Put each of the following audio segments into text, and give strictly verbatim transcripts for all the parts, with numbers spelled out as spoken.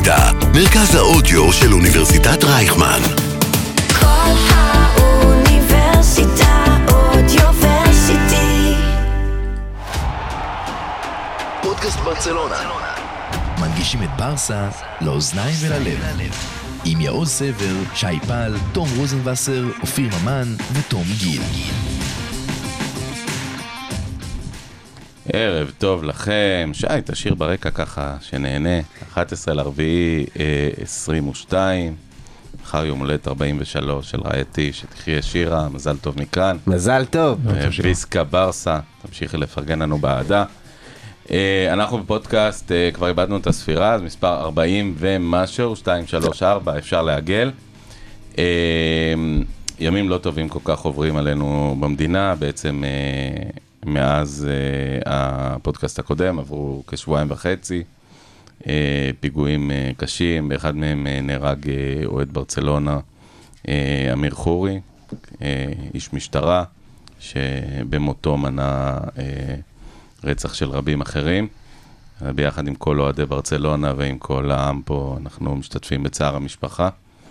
האוניברסיטה, מרכז האודיו של אוניברסיטת רייכמן. כל האוניברסיטה אודיוורסיטי. פודקאסט ברצלונה. מנגישים את ברסה לאוזניים וללב. עם יעוז סבר, שי פל, תום רוזנבסר, אופיר ממן ותום גיל. ערב טוב לכם, שי, תשאיר ברקע ככה שנהנה, אחת עשרה לרביעי עשרים ושתיים, מחר יום הולדת ארבעים ושלוש של רעייתי, שתחיה שירה, מזל טוב מכאן. מזל טוב. ויסקה ברסה, תמשיכי לפרגן לנו בעדה. אנחנו בפודקאסט, כבר איבדנו את הספירה, אז מספר ארבעים ומשהו, שתיים, שלוש, ארבע, אפשר להגל. ימים לא טובים כל כך עוברים עלינו במדינה, בעצם מאז הפודקאסט הקודם, עברו כשבועיים וחצי, פיגועים קשים, באחד מהם נהרג אוהד ברצלונה, אמיר חורי, איש משטרה, שבמותו מנע רצח של רבים אחרים. ביחד עם כל אוהדי ברצלונה ועם כל העם פה, אנחנו משתתפים בצער המשפחה.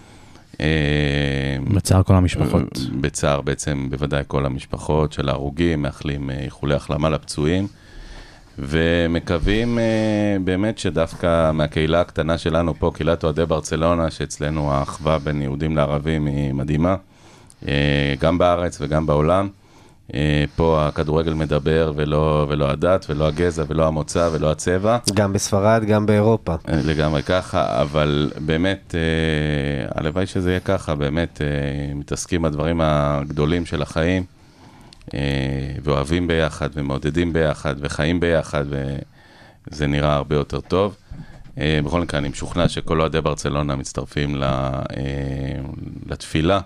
בצער כל המשפחות. בצער בעצם בוודאי כל המשפחות של ההרוגים, מאחלים איחולי החלמה לפצועים, ומקווים באמת שדווקא מהקהילה הקטנה שלנו פה, קהילת אוהדי ברצלונה, שאצלנו האחווה בין יהודים לערבים היא מדהימה, גם בארץ וגם בעולם. פה הכדורגל מדבר, ולא, ולא הדת, ולא הגזע, ולא המוצא, ולא הצבע. גם בספרד, גם באירופה. לגמרי ככה, אבל באמת, הלוואי שזה יהיה ככה, באמת מתעסקים בדברים הגדולים של החיים, ואוהבים ביחד, ומעודדים ביחד, וחיים ביחד, וזה נראה הרבה יותר טוב. בכל מקרה, אני משוכנע שכל אוהדי ברצלונה מצטרפים לתפילה,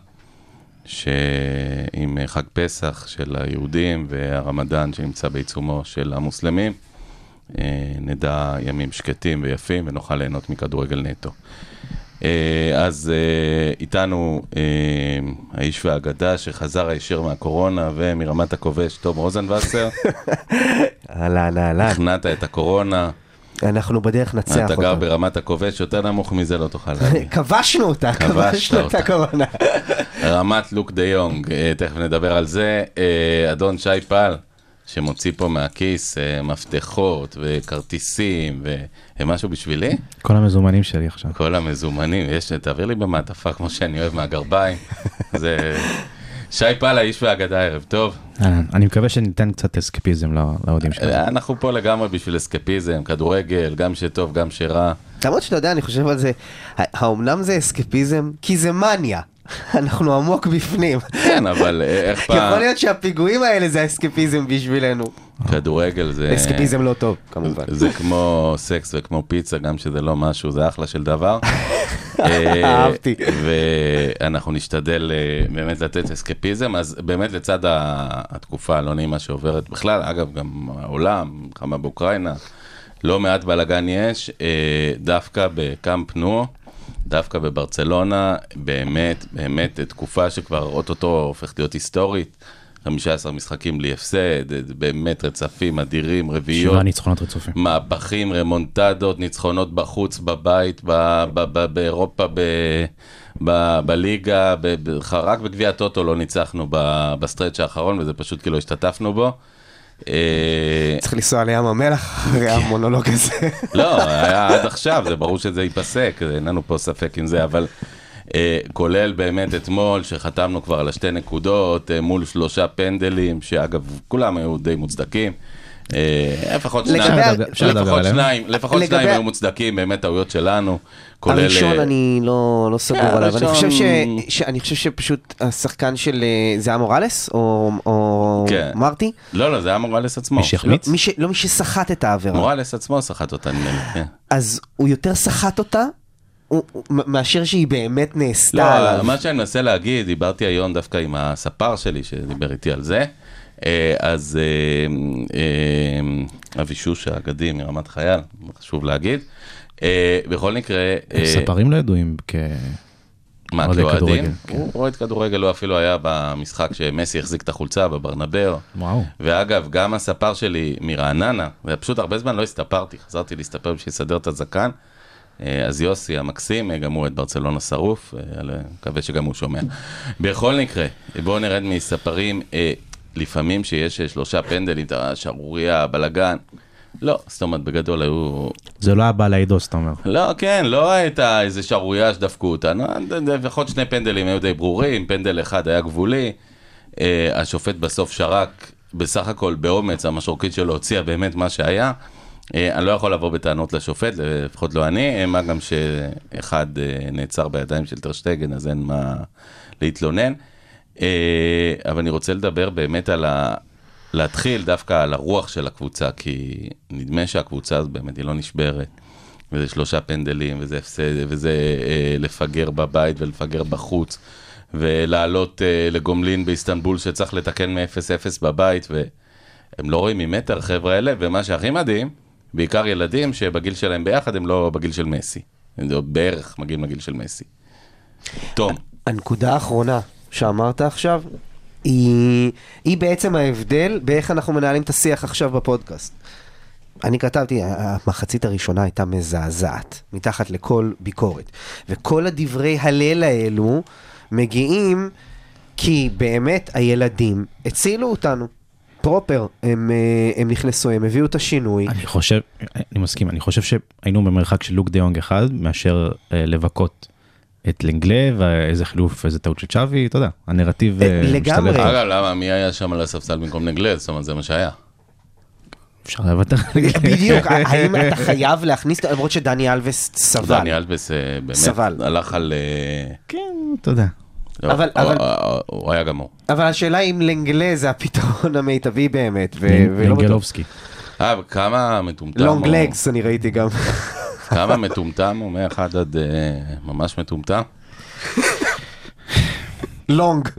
שעם חג פסח של היהודים והרמדאן שנמצא בעיצומו של המוסלמים, נדע ימים שקטים ויפים ונוכל ליהנות מכדורגל נטו. אז איתנו האיש והאגדה שחזר הישיר מהקורונה ומרמת הכובש, תום רוזנבסר. אהלן, אהלן. הכנעת את הקורונה. אנחנו בדרך נצח אותה. אתה גר ברמת הכובש, יותר נמוך מזה לא תוכל להגיד. כבשנו אותה, כבשנו את הקורונה. רמת לוק די יונג, תכף נדבר על זה. אדון שי פל, שמוציא פה מהכיס מפתחות וכרטיסים ומשהו בשבילי. כל המזומנים שלי עכשיו. כל המזומנים, יש, תעביר לי במעטפה כמו שאני אוהב מהגרביים. זה... שי פל, האיש והאגדה, ערב טוב. אני מקווה שניתן קצת אסקפיזם לעודים שלנו. אנחנו פה לגמרי בשביל אסקפיזם, כדורגל, גם שטוב, גם שרע. למרות שאתה יודע, אני חושב על זה, האומנם זה אסקפיזם? כי זה מניה. אנחנו עמוק בפנים. כן, אבל איך פעם... יכול להיות שהפיגועים האלה זה אסקפיזם בשבילנו. כדורגל זה... אסקפיזם לא טוב, כמובן. זה כמו סקס וכמו פיצה, גם שזה לא משהו, זה אחלה של דבר. אהבתי. ואנחנו נשתדל באמת לתת אסקפיזם, אז באמת לצד התקופה הלא נעימה שעוברת בכלל, אגב גם העולם, מלחמה באוקראינה, לא מעט בלגן יש, דווקא בקאמפ נו, דווקא בברצלונה, באמת, באמת תקופה שכבר אוטוטו הופכת להיות היסטורית, חמישה עשר משחקים בלי הפסד, באמת רצפים, אדירים, רביעיות. שבעה ניצחונות רצופים. מהפכים, רמונטדות, ניצחונות בחוץ, בבית, באירופה, בליגה, רק בגביע הטוטו לא ניצחנו בסטרץ' האחרון, וזה פשוט כאילו השתתפנו בו. צריך לנסוע לים המלח, אחרי המונולוג הזה. לא, היה עד עכשיו, זה ברור שזה ייפסק, אין לנו פה ספק עם זה, אבל... כולל באמת אתמול שחתמנו כבר על השתי נקודות מול שלושה פנדלים שאגב כולם היו די מוצדקים, לפחות שניים לפחות שניים לפחות שניים היו מוצדקים, באמת טעויות שלנו. הראשון אני לא סגור עליו, אני חושב שפשוט השחקן של זה היה מורלס או מרטי? לא לא זה היה מורלס עצמו, מי שהחמיץ? לא מי ששחט את העבירה, מורלס עצמו שחט אותה. אז הוא יותר שחט אותה מאשר שהיא באמת נעשתה עליו. לא, מה שאני מנסה להגיד, דיברתי היום דווקא עם הספר שלי שדיבר איתי על זה, אז אבישוש האגדי מרמת חייל, חשוב להגיד. בכל מקרה... ספרים לא ידועים כ... מה, כאוהדים? הוא אוהד כדורגל, הוא אפילו היה במשחק שמסי החזיק את החולצה בברנבאו. וואו. ואגב, גם הספר שלי מרעננה, ופשוט הרבה זמן לא הסתפרתי, חזרתי להסתפר בשביל לסדר את הזקן, אז יוסי המקסים, גם הוא את ברצלונה שרוף, מקווה שגם הוא שומע. בכל מקרה, בואו נרד מספרים, לפעמים שיש שלושה פנדלים, שערוריה, בלגן, לא, זאת אומרת, בגדול היו... זה לא הבא לעידוס, אתה אומר. לא, כן, לא הייתה איזה שערוריה שדפקו אותנו, לפחות שני פנדלים היו די ברורים, פנדל אחד היה גבולי, השופט בסוף שרק, בסך הכל באומץ, המשרוקית שלו הוציאה באמת מה שהיה, אני לא יכול לבוא בטענות לשופט, לפחות לא אני, מה גם שאחד נעצר בידיים של טרשטגן, אז אין מה להתלונן, אבל אני רוצה לדבר באמת על ה... להתחיל דווקא על הרוח של הקבוצה, כי נדמה שהקבוצה הזאת באמת היא לא נשברת, וזה שלושה פנדלים, וזה הפסד, וזה אה, לפגר בבית ולפגר בחוץ, ולעלות אה, לגומלין באיסטנבול שצריך לתקן מ-אפס אפס בבית, והם לא רואים ממטר חבר'ה האלה, ומה שהכי מדהים, בעיקר ילדים שבגיל שלהם ביחד הם לא בגיל של מסי, הם בערך מגיעים לגיל של מסי. תום. הנקודה האחרונה שאמרת עכשיו, היא, היא בעצם ההבדל באיך אנחנו מנהלים את השיח עכשיו בפודקאסט. אני כתבתי, המחצית הראשונה הייתה מזעזעת, מתחת לכל ביקורת. וכל הדברי הלל האלו מגיעים כי באמת הילדים הצילו אותנו. פרופר, הם, הם נכנסו, הם הביאו את השינוי. אני חושב, אני מסכים, אני חושב שהיינו במרחק של לוק דיונג אחד, מאשר אה, לבקות את לנגלה, ואיזה חילוף, איזה טעות של צ'אבי, אתה יודע, הנרטיב לגמרי. אגב, למה, מי היה שם על הספסל במקום נגלה? זאת אומרת, זה מה שהיה. אפשר להבטר. בדיוק, האם אתה חייב להכניס, למרות שדני אלבס סבל. דני אלבס באמת הלך על... כן, אתה יודע. הוא היה גמור. אבל השאלה אם לנגלה זה הפתרון המיטבי באמת. לנגלובסקי. אה, כמה מטומטם. לונג לגס, אני ראיתי גם. כמה מטומטם, הוא מאחד עד ממש מטומטם. לונג.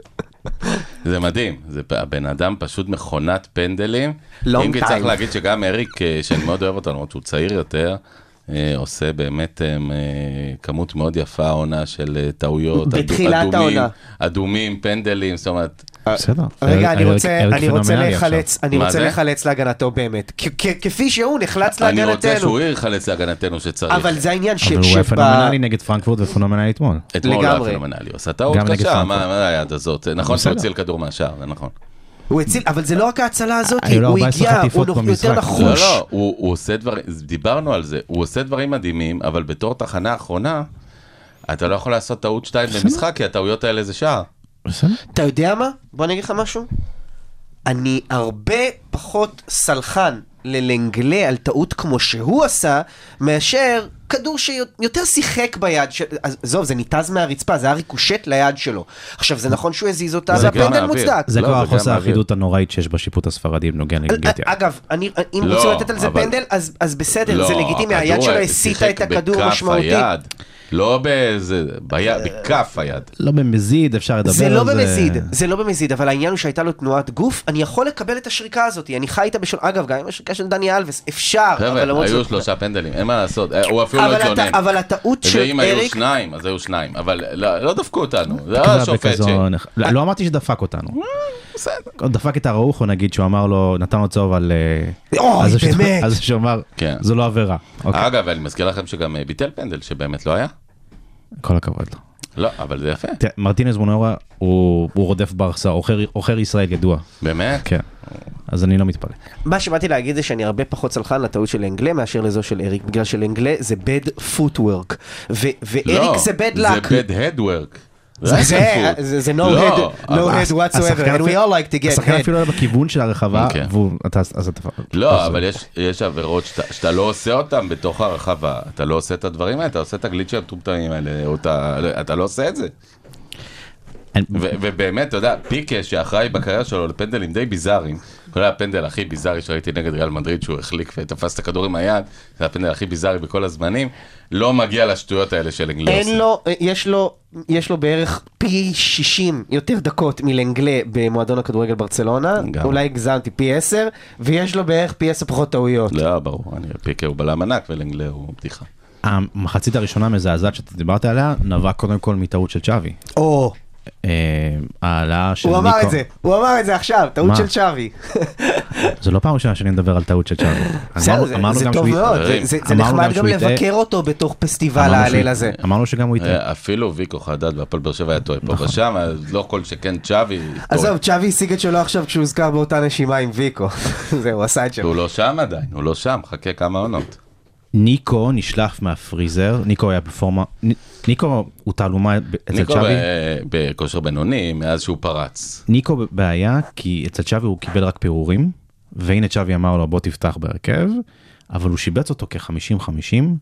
זה מדהים, זה הבן אדם פשוט מכונת פנדלים. לונג טיים. אם צריך להגיד שגם אריק, שאני מאוד אוהב אותנו, שהוא צעיר יותר, עושה באמת כמות מאוד יפה, עונה של טעויות. בתחילת העונה. אדומים, פנדלים, זאת אומרת... בסדר. רגע, אני רוצה, אני רוצה לחלץ, אני רוצה לחלץ להגנתו באמת. כפי שהוא נחלץ להגנתנו. אני רוצה שהוא יחלץ להגנתנו שצריך. אבל זה העניין ש... אבל הוא היה פנומנלי נגד פרנקפורט ופנומנלי אתמול. אתמול הוא היה פנומנלי, הוא עשה טעות קשה, מה היד הזאת? נכון שהוא הציל כדור מהשאר, זה נכון. הוא הציל, אבל זה לא רק ההצלה הזאת, הוא הגיע, הוא יותר נחוש. לא, לא, הוא עושה דברים, דיברנו על זה, הוא עושה דברים מדהימים, אבל בתור תחנה האחרונה, אתה לא יכול לעשות טעות שתיים במשחק, כי הטעויות האלה זה שער. אתה יודע מה? בוא אני אגיד לך משהו. אני הרבה פחות סלחן ללנגלה על טעות כמו שהוא עשה, מאשר כדור שיותר שיחק ביד של... עזוב, זה ניתז מהרצפה, זה היה ריקושט ליד שלו. עכשיו, זה נכון שהוא הזיז אותה, זה הפנדל מוצדק. זה כבר חוסר האחידות הנוראית שיש בשיפוט הספרדי בנוגע לנגלטיה. אגב, אם רוצים לתת על זה פנדל, אז בסדר, זה לגיטימי, היד שלו הסיטה את הכדור משמעותי. לא באיזה, בכף היד. לא במזיד, אפשר לדבר על זה. זה לא במזיד, זה לא במזיד, אבל העניין הוא שהייתה לו תנועת גוף, אני יכול לקבל את השריקה הזאת, אני חי איתה בשול, אגב, גם עם השריקה של דני אלבס, אפשר. חבר'ה, היו שלושה פנדלים, אין מה לעשות, הוא אפילו לא התלונן. אבל הטעות של אריק... ואם היו שניים, אז היו שניים, אבל לא דפקו אותנו, זה לא השופט ש... לא אמרתי שדפק אותנו. בסדר. דפק את הרעוך, או נגיד שהוא אמר לו, נתן לו צהוב על... אוי, באמת. אז שהוא אמר, זו לא עבירה. אגב, אני מזכיר לכם שגם ביטל פנדל, שבאמת לא היה. כל הכבוד לו. לא, אבל זה יפה. מרטינז מונאורה, הוא רודף ברסה, אוכר ישראל ידוע. באמת? כן. אז אני לא מתפלא. מה שבאתי להגיד זה שאני הרבה פחות סלחן לטעות של אנגלה מאשר לזו של אריק, בגלל של אנגלה זה bad footwork, ואריק זה bad luck. זה bad head work. זה no head, no head whatsoever, and we all like to get השחקן אפילו לא בכיוון של הרחבה, לא, אבל יש עבירות שאתה לא עושה אותן בתוך הרחבה, אתה לא עושה את הדברים האלה, אתה עושה את הגליץ' המטומטמים האלה, אתה לא עושה את זה. ובאמת, אתה יודע, פיקה שאחראי בקריירה שלו לפנדלים די ביזאריים, כל הפנדל הכי ביזארי שראיתי נגד ריאל מדריד, שהוא החליק ותפס את הכדור עם היד, זה הפנדל הכי ביזארי בכל הזמנים, לא מגיע לשטויות האלה של אנגלה. אין לו, יש לו, יש לו בערך פי שישים יותר דקות מלנגלה במועדון הכדורגל ברצלונה, אולי הגזמתי פי עשר, ויש לו בערך פי עשר פחות טעויות. לא, ברור, פיקה הוא בלם ענק ולנגלה הוא בדיחה. המחצית הראשונה מזעזעת שאתה דיברת עליה, נבע קודם כל מטעות של צ'אבי. או, העלאה של הוא ניקו... אמר את זה, הוא אמר את זה עכשיו, טעות מה? של צ'אבי. זה לא פעם ראשונה שאני מדבר על טעות של צ'אבי. בסדר, זה- זה טוב מאוד, זה- זה זה אמרנו נחמד גם גם שהוא יטעה. לבקר אותו בתוך פסטיבל אמרנו ההלל שהוא- הזה. אמרנו שגם הוא יטעה. אפילו ויקו חדד והפועל באר שבע היה טועה פה ושם, אז לא כל שכן צ'אבי טועה. עזוב, צ'אבי השיג את שלו עכשיו כשהוא הוזכר באותה נשימה עם ויקו. זהו, הוא עשה את שלו. הוא לא שם עדיין, הוא לא שם, חכה כמה עונות. ניקו נשלף מהפריזר, ניקו היה בפורמה, נ- ניקו הוא תעלומה ב- אצל ניקו צ'אבי. ב- בכושר בינוני מאז שהוא פרץ. ניקו בעיה, כי אצל צ'אבי הוא קיבל רק פירורים, והנה צ'אבי אמר לו בוא תפתח בהרכב, אבל הוא שיבץ אותו כ-חמישים חמישים,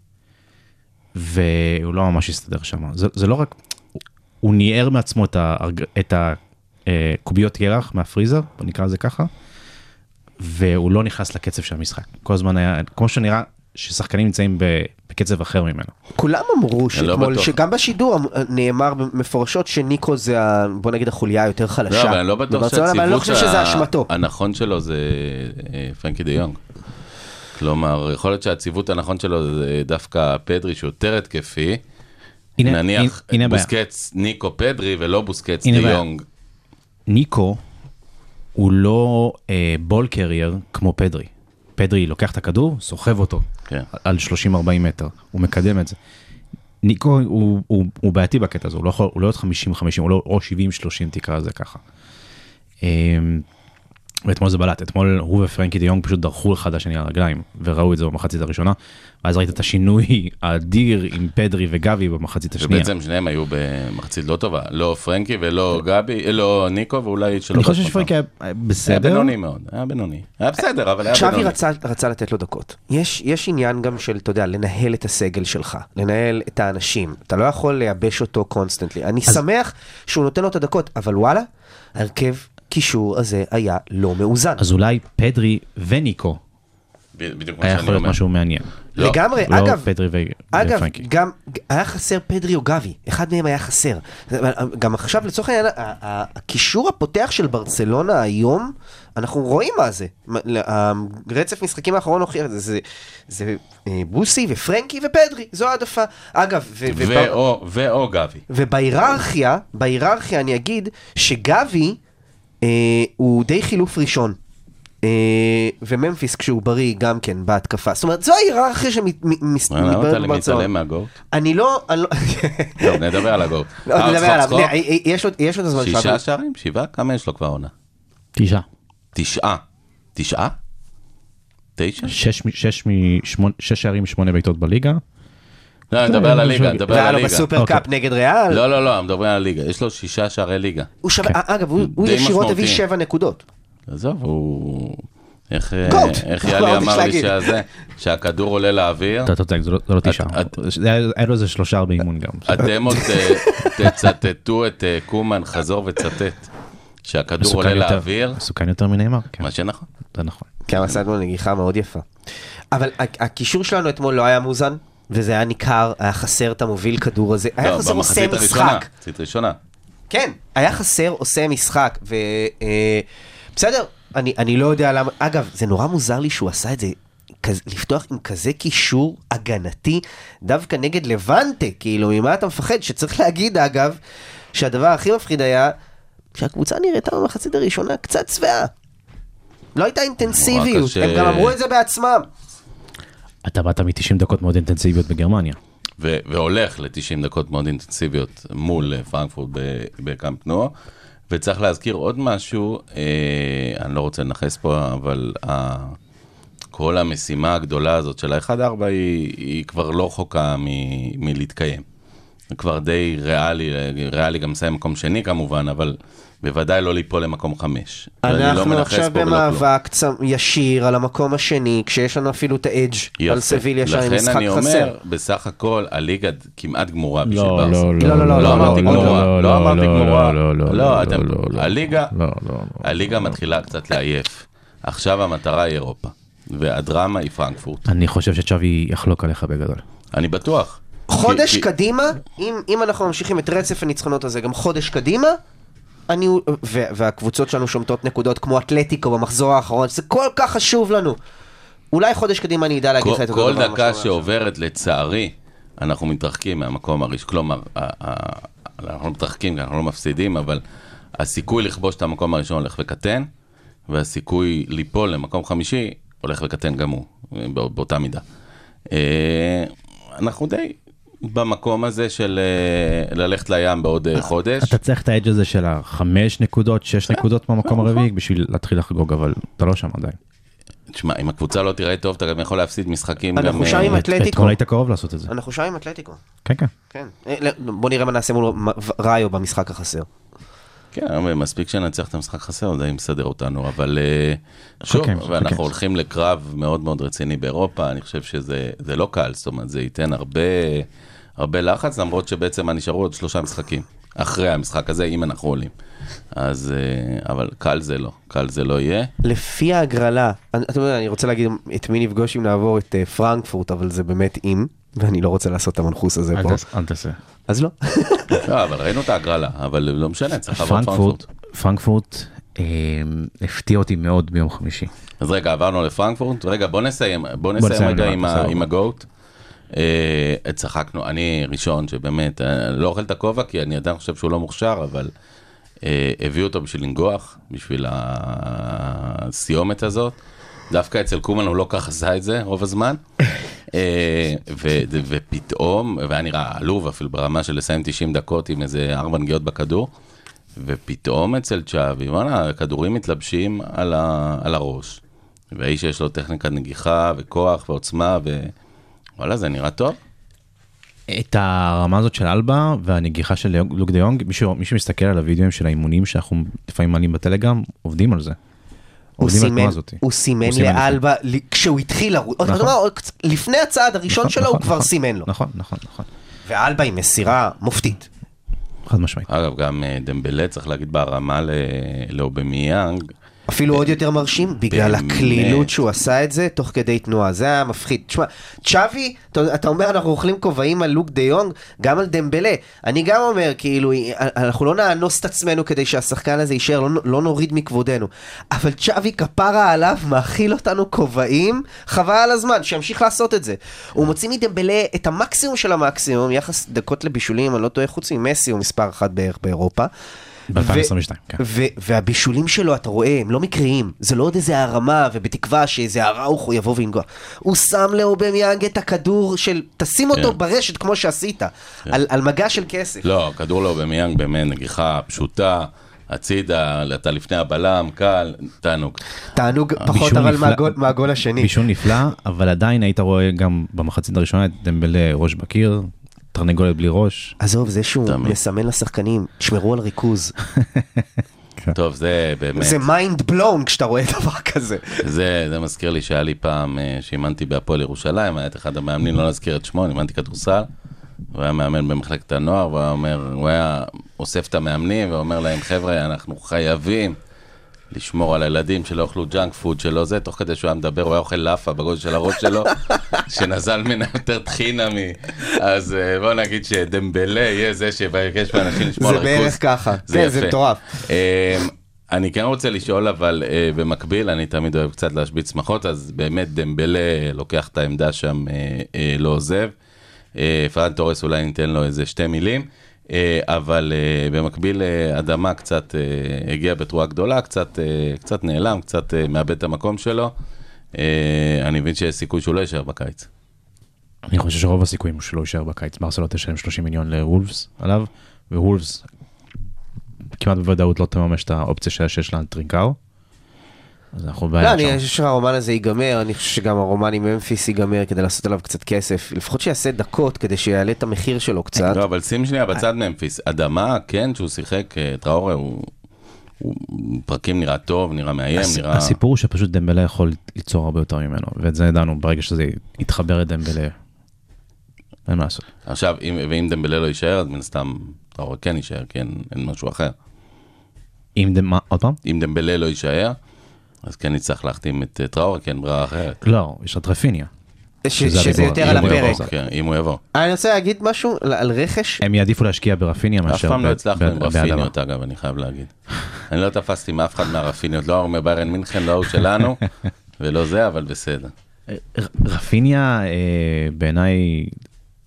והוא לא ממש הסתדר שם. זה, זה לא רק, הוא ניער מעצמו את, ההרג, את הקוביות ירח מהפריזר, בוא נקרא לזה ככה, והוא לא נכנס לקצב של המשחק. כל הזמן היה, כמו שנראה ששחקנים נמצאים בקצב אחר ממנו. כולם אמרו לא שאתמול, בטוח. שגם בשידור נאמר מפורשות שניקו זה, ה- בוא נגיד, החוליה היותר לא, חלשה. אבל אני לא בטוח בברצלונה, אבל אני לא שהציוות חושב שזה ה- אשמתו. הנכון שלו זה אה, פרנקי דה יונג. כלומר, יכול להיות שהציוות הנכון שלו זה דווקא פדרי שהוא יותר התקפי, הנה- נניח הנה- הנה הבעיה. בוסקץ ניקו פדרי ולא בוסקץ הנה דה הבעיה. יונג. ניקו הוא לא אה, בול קרייר כמו פדרי. פדרי לוקח את הכדור, סוחב אותו כן. על שלושים ארבעים מטר, הוא מקדם את זה. ניקו הוא, הוא, הוא בעייתי בקטע הזה, הוא לא יכול, הוא לא להיות חמישים חמישים, הוא לא, או שבעים שלושים תקרא לזה ככה. אמ, ואתמול זה בלט, אתמול הוא ופרנקי דה יונג פשוט דרכו אחד לשני על הרגליים, וראו את זה במחצית הראשונה, ואז ראית את השינוי האדיר עם פדרי וגבי במחצית השנייה. ובעצם שניהם היו במחצית לא טובה, לא פרנקי ולא גבי, לא ניקו ואולי שלא. אני חושב בעצמם. שפרנקי היה היה בסדר. בינוני מאוד, היה בינוני. היה בסדר, אבל היה צ'אבי בינוני. רצה, רצה לתת לו דקות. יש, יש עניין גם של, אתה יודע, לנהל את הסגל שלך, לנהל את האנשים. אתה לא יכול לייבש אותו קונסטנטלי. אני שמח שהוא נותן לו את הדקות, אבל וואלה, הרכב קישור הזה היה לא מאוזן. אז אולי פדרי וניקו בדיוק מה היה שאני יכול להיות אומר. משהו מעניין. לא. לגמרי, לא אגב, פדרי ו- אגב, ופרנקי. גם היה חסר פדרי או גבי, אחד מהם היה חסר. גם עכשיו לצורך העניין, ה- ה- הקישור הפותח של ברצלונה היום, אנחנו רואים מה זה. הרצף משחקים האחרון הוכיח את זה, זה, זה אה, בוסי ופרנקי ופדרי, זו העדפה. אגב, ו- וב- ואו- ואו גבי. ובהיררכיה, בהיררכיה אני אגיד שגבי אה, הוא די חילוף ראשון. אה, וממפיס כשהוא בריא גם כן בהתקפה. זאת אומרת, זו ההיררכיה שמתבררת למה אתה בברצלונה. מתעלם מהגורט? אני לא... אני לא- טוב, נדבר על הגורט. לא, אה, נדבר צחוק, עליו. צחוק. אה, אה, יש לו- יש לו את הזמן שלו. שישה שערים? שבעה? כמה יש לו כבר עונה? תשעה. תשעה. תשעה? תשע? שש מ- שש מ- שמונה- שש שערים משמונה בעיטות בליגה. לא, אני מדבר על הליגה, אני מדבר על והיה לו הליגה. בסופר אוקיי. קאפ נגד ריאל. לא, לא, לא, אני מדבר על הליגה. יש לו שישה שערי ליגה. הוא שווה- אגב, הוא הוא די ישירות הביא משמעותי. שבע נקודות. עזוב, הוא... איך גוט. איך לא יאלי רציתי אמר לי להגיד. שזה, שהכדור עולה לאוויר, אתה צודק, זה לא- זה לא תשעה. את- זה היה היה לו איזה שלושה באימון גם. אתם עוד אה, תצטטו את אה, קומן, חזור וצטט, שהכדור עולה מסוכן יותר- לאוויר, מסוכן יותר מנאמר. כן, מה שנכון. זה נכון. כי הוא עשה לנו נגיחה מאוד יפה. אבל ה- הקישור שלנו אתמול לא היה מוזן, וזה היה ניכר, היה חסר את המוביל כדור הזה. היה לא, חסר עושה במחצית הראשונה, משחק. מחצית ראשונה. כן, היה חסר עושה משחק, ו... אה, בסדר, אני, אני לא יודע למה, אגב, זה נורא מוזר לי שהוא עשה את זה, כזה, לפתוח עם כזה קישור הגנתי, דווקא נגד לבנטה, כאילו, ממה אתה מפחד? שצריך להגיד, אגב, שהדבר הכי מפחיד היה, שהקבוצה נראיתה במחצית הראשונה קצת צבעה. לא הייתה אינטנסיביות, קשה. הם גם אמרו את זה בעצמם. אתה באת מ-תשעים דקות מאוד אינטנסיביות בגרמניה. ו- והולך ל-תשעים דקות מאוד אינטנסיביות מול אה, פרנקפורט ב- בקאמפ נו, וצריך להזכיר עוד משהו, אה, אני לא רוצה לנחס פה, אבל ה- כל המשימה הגדולה הזאת של ה-אחד ארבע היא, היא כבר לא רחוקה מ- מלהתקיים. זה כבר די ריאלי, ריאלי גם מסיים מקום שני כמובן, אבל בוודאי לא ליפול למקום חמש. ואני לא אנחנו מנחס עכשיו פה ולא כלום. במאבק צ- ישיר על המקום השני, כשיש לנו אפילו את האדג' על יפה. סביליה שהיה לכן משחק אני חסר. אומר, בסך הכל, הליגה כמעט גמורה בשביל לא, ברסה. לא, לא, לא, לא, לא אמרתי לא, גמורה, לא, לא אמרתי לא, גמורה. לא, לא, לא, לא, אתם- לא, לא. הליגה, לא, לא, לא. הליגה מתחילה קצת לעייף. עכשיו המטרה היא אירופה, והדרמה היא פרנקפורט. אני חושב שצ'אבי יחלוק עליך בגדול. אני בטוח. חודש כי- כי- קדימה, אם, אם אנחנו ממשיכים את רצף הניצחונות הזה, גם חודש קדימה, אני, ו, והקבוצות שלנו שומטות נקודות כמו אתלטיקו במחזור האחרון, זה כל כך חשוב לנו. אולי חודש קדימה אני אדע להגיד לך כל- את אותו כל דבר. דקה שעוברת, לצערי, אנחנו מתרחקים מהמקום הראשון. כלומר, ה- ה- אנחנו מתרחקים, אנחנו לא מפסידים, אבל הסיכוי לכבוש את המקום הראשון הולך וקטן, והסיכוי ליפול למקום חמישי הולך וקטן גם הוא, באותה מידה. אנחנו די במקום הזה של ללכת לים בעוד חודש. אתה צריך את האדג' הזה של החמש נקודות, שש נקודות במקום הרביעי, בשביל להתחיל לחגוג, אבל אתה לא שם עדיין. תשמע, אם הקבוצה לא תראה טוב, אתה גם יכול להפסיד משחקים. אנחנו שם עם אתלטיקו. אתמול היית קרוב לעשות את זה. אנחנו שם עם אתלטיקו. כן, כן. כן. בוא נראה מה נעשה מול ראיו במשחק החסר. כן, מספיק שנצליח את המשחק חסר, זה מסדר אותנו, אבל שוב, ואנחנו הולכים לקרב מאוד מאוד רציני באירופה, אני חושב שזה לא קל, זאת אומרת, זה ייתן הרבה, הרבה לחץ, למרות שבעצם נשארו עוד שלושה משחקים, אחרי המשחק הזה, אם אנחנו עולים. אז, אבל קל זה לא, קל זה לא יהיה. לפי ההגרלה, אתה יודע, אני רוצה להגיד את מי נפגוש אם נעבור את פרנקפורט, אבל זה באמת אם, ואני לא רוצה לעשות את המנחוס הזה פה. אל תעשה. אז לא. לא, אבל ראינו את ההגרלה, אבל לא משנה, צריך לעבור פרנקפורט. פרנקפורט הפתיע אותי מאוד ביום חמישי. אז רגע, עברנו לפרנקפורט, רגע, בוא נסיים, בוא נסיים רגע עם הגוט. צחקנו, אני ראשון שבאמת, לא אוכל את הכובע, כי אני עדיין חושב שהוא לא מוכשר, אבל הביאו אותו בשביל לנגוח, בשביל הסיומת הזאת. דווקא אצל קומן הוא לא כך עשה את זה רוב הזמן. ופתאום, והיה נראה עלוב אפילו ברמה של לסיים תשעים דקות עם איזה ארבע נגיעות בכדור, ופתאום אצל צ'אבי, הכדורים מתלבשים על הראש, והאיש יש לו טכניקת נגיחה וכוח ועוצמה, ווואלה, זה נראה טוב. את הרמה הזאת של אלבה והנגיחה של לוק דה יונג, מי שמסתכל על הוידאוים של האימונים שאנחנו לפעמים מעלים בטלגרם, עובדים על זה. הוא סימן לאלבה, כשהוא התחיל, לפני הצעד הראשון שלו הוא כבר סימן לו. נכון, נכון, נכון. ואלבה היא מסירה מופתית. חד משמעית. אגב, גם דמבלה צריך להגיד ברמה לאובמיאנג, אפילו עוד יותר מרשים, בגלל הכלילות שהוא עשה את זה, תוך כדי תנועה, זה היה מפחיד. תשמע, צ'אבי, אתה אומר, אנחנו אוכלים כובעים על לוק דה יונג, גם על דמבלה. אני גם אומר, כאילו, אנחנו לא נאנוס את עצמנו כדי שהשחקן הזה יישאר, לא, לא נוריד מכבודנו. אבל צ'אבי כפרה עליו, מאכיל אותנו כובעים, חבל על הזמן, שימשיך לעשות את זה. הוא מוציא מדמבלה את המקסימום של המקסימום, יחס דקות לבישולים, אני לא טועה, חוץ ממסי, הוא מספר אחת בערך באירופה. ב-אלפיים עשרים ושתיים, כן. והבישולים שלו, אתה רואה, הם לא מקריים. זה לא עוד איזה הרמה, ובתקווה שאיזה הרעוך הוא יבוא וינגוע. הוא שם לאובמיאנג את הכדור של, תשים אותו ברשת כמו שעשית, על מגע של כסף. לא, כדור לאובמיאנג באמת נגיחה פשוטה, הצידה, אתה לפני הבלם, קל, תענוג. תענוג פחות אבל מהגול השני. בישול נפלא, אבל עדיין היית רואה גם במחצית הראשונה את דמבלה ראש בקיר, תרנגולת בלי ראש. עזוב, זה שהוא מסמן לשחקנים, תשמרו על ריכוז. טוב, זה באמת... זה מיינד בלון כשאתה רואה דבר כזה. זה, זה מזכיר לי שהיה לי פעם שאימנתי בהפועל ירושלים, היה את אחד המאמנים, לא נזכיר את שמו, אימנתי כדורסל, הוא היה מאמן במחלקת הנוער, והוא היה אומר, הוא היה אוסף את המאמנים, ואומר להם, חבר'ה, אנחנו חייבים לשמור על הילדים שלא אוכלו ג'אנק פוד שלו זה, תוך כדי שהוא היה מדבר, הוא היה אוכל לאפה בגודל של הראש שלו, שנזל מן יותר תחינה מי. אז בואו נגיד שדמבלה יהיה זה שבקש באנשים לשמור על ריכוז. זה בערך ככה. כן, זה מטורף. אני כן רוצה לשאול, אבל במקביל, אני תמיד אוהב קצת להשביץ שמחות, אז באמת דמבלה לוקח את העמדה שם, לא עוזב. פרן תורס אולי ניתן לו איזה שתי מילים. אבל במקביל אדמה קצת הגיע בתרועה גדולה, קצת, קצת נעלם, קצת מאבד את המקום שלו. אני מבין שיש סיכוי שהוא לא יישאר בקיץ. אני חושב שרוב הסיכויים הוא שלא יישאר בקיץ. ברסלונה תשלם שלושים מיליון לוולפס עליו, ווולפס כמעט בוודאות לא תממש את האופציה שיש לה טרינקאו. אז אנחנו בעיה לא, אני חושב שהרומן הזה ייגמר, אני חושב שגם הרומן עם ממפיס ייגמר כדי לעשות עליו קצת כסף, לפחות שיעשה דקות כדי שיעלה את המחיר שלו קצת. לא, אבל שים שנייה בצד ממפיס, אדמה, כן, שהוא שיחק, טראורה, הוא פרקים נראה טוב, נראה מאיים, נראה... הסיפור הוא שפשוט דמבלה יכול ליצור הרבה יותר ממנו, ואת זה ידענו ברגע שזה יתחבר את דמבלה, אין מה לעשות. עכשיו, ואם דמבלה לא יישאר, אז מן סתם טראורה כן יישאר, כן, אין משהו אחר. אם דמבלה לא יישאר, אז כן נצטרך להחתים את טראורה, כן ברירה אחרת. לא, יש את רפיניה. שזה יותר על הפרק. אם הוא יבוא. אני רוצה להגיד משהו על רכש. הם יעדיפו להשקיע ברפיניה מאשר... אף פעם לא הצלחנו עם רפיניות, אגב, אני חייב להגיד. אני לא תפסתי מאף אחד מהרפיניות, לא אומר ביירן מינכן, לא הוא שלנו, ולא זה, אבל בסדר. רפיניה בעיניי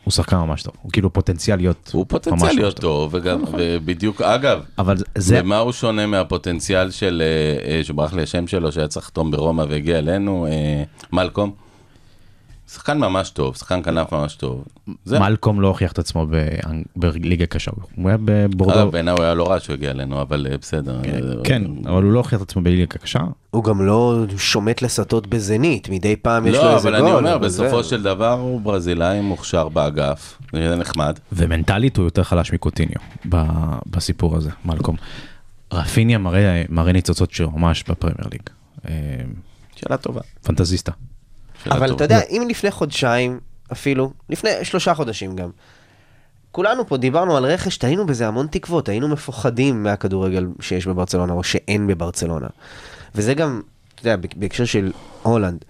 הוא שחקן ממש טוב, הוא כאילו פוטנציאל להיות הוא פוטנציאל להיות טוב, וגם, ובדיוק, אגב, אבל זה... ומה הוא שונה מהפוטנציאל של, שברח לי השם שלו, שהיה צריך לחתום ברומא והגיע אלינו, מלקום. שחקן ממש טוב, שחקן כנף ממש טוב. מלקום לא הוכיח את עצמו בליגה קשה, הוא היה בבורדו. בעיניי הוא היה לא רע שהוא הגיע אלינו, אבל בסדר. כן, אבל הוא לא הוכיח את עצמו בליגה קשה. הוא גם לא שומט לסטות בזנית, מדי פעם יש לו לא, איזה גול. אבל אני אומר, בסופו של דבר הוא ברזילאי מוכשר באגף, זה נחמד. ומנטלית הוא יותר חלש מקוטיניו בסיפור הזה, מלקום. רפיניה מראה ניצוצות שממש בפרמייר ליג. שאלה טובה. פנטזיסטה. אבל אתה יודע, אם לפני חודשיים, אפילו, לפני שלושה חודשים גם, כולנו פה דיברנו על רכש, תהיינו בזה המון תקוות, היינו מפוחדים מהכדורגל שיש בברצלונה, או שאין בברצלונה. וזה גם, אתה יודע, בהקשר של הולנד,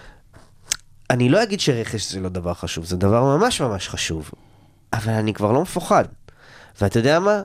אני לא אגיד שרכש זה לא דבר חשוב, זה דבר ממש ממש חשוב, אבל אני כבר לא מפוחד. ואתה יודע מה?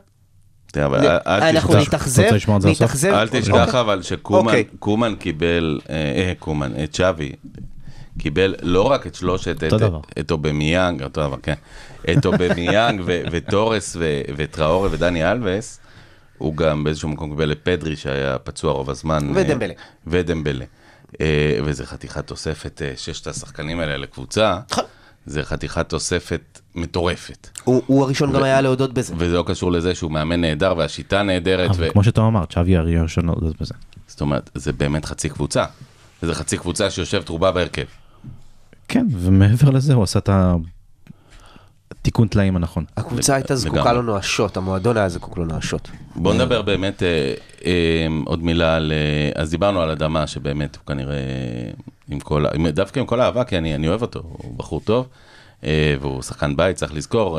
אנחנו נתאכזב, נתאכזב. אל תשכח אבל שקומן קיבל, אה, קומן, צ'אבי, קיבל לא רק את שלושת, את אובמיאנג, אותו דבר, כן, את אובמיאנג וטורס וטראורה ודני אלווס, הוא גם באיזשהו מקום קיבל לפדרי שהיה פצוע רוב הזמן. ודמבלה. ודמבלה. וזה חתיכת תוספת ששת השחקנים האלה לקבוצה. זה חתיכת תוספת מטורפת. הוא הראשון גם היה להודות בזה. וזה לא קשור לזה שהוא מאמן נהדר והשיטה נהדרת. אבל כמו שאתה אמר, צ'אבי הראשון להודות בזה. זאת אומרת, זה באמת חצי קבוצה. זה חצי קבוצה שיושבת רובה בהרכב. כן, ומעבר לזה הוא עשה את התיקון תלאים הנכון. הקבוצה הייתה זקוקה לו נואשות, המועדון היה זקוק לו נואשות. בוא נדבר באמת עוד מילה על, אז דיברנו על אדמה שבאמת הוא כנראה, עם כל, דווקא עם כל האהבה, כי אני, אני אוהב אותו, הוא בחור טוב, והוא שחקן בית, צריך לזכור,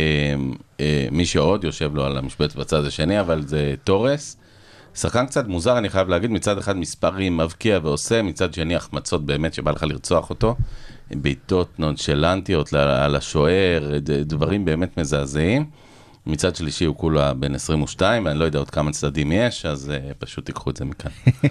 מי שעוד יושב לו על המשבצת בצד השני, אבל זה טורס, שחקן קצת מוזר, אני חייב להגיד, מצד אחד מספרים מבקיע ועושה, מצד שני החמצות באמת שבא לך לרצוח אותו, בעיטות נונשלנטיות על השוער, דברים באמת מזעזעים. מצד שלישי הוא כולה בין עשרים ושתיים, ואני לא יודע עוד כמה צדדים יש, אז פשוט תיקחו את זה מכאן.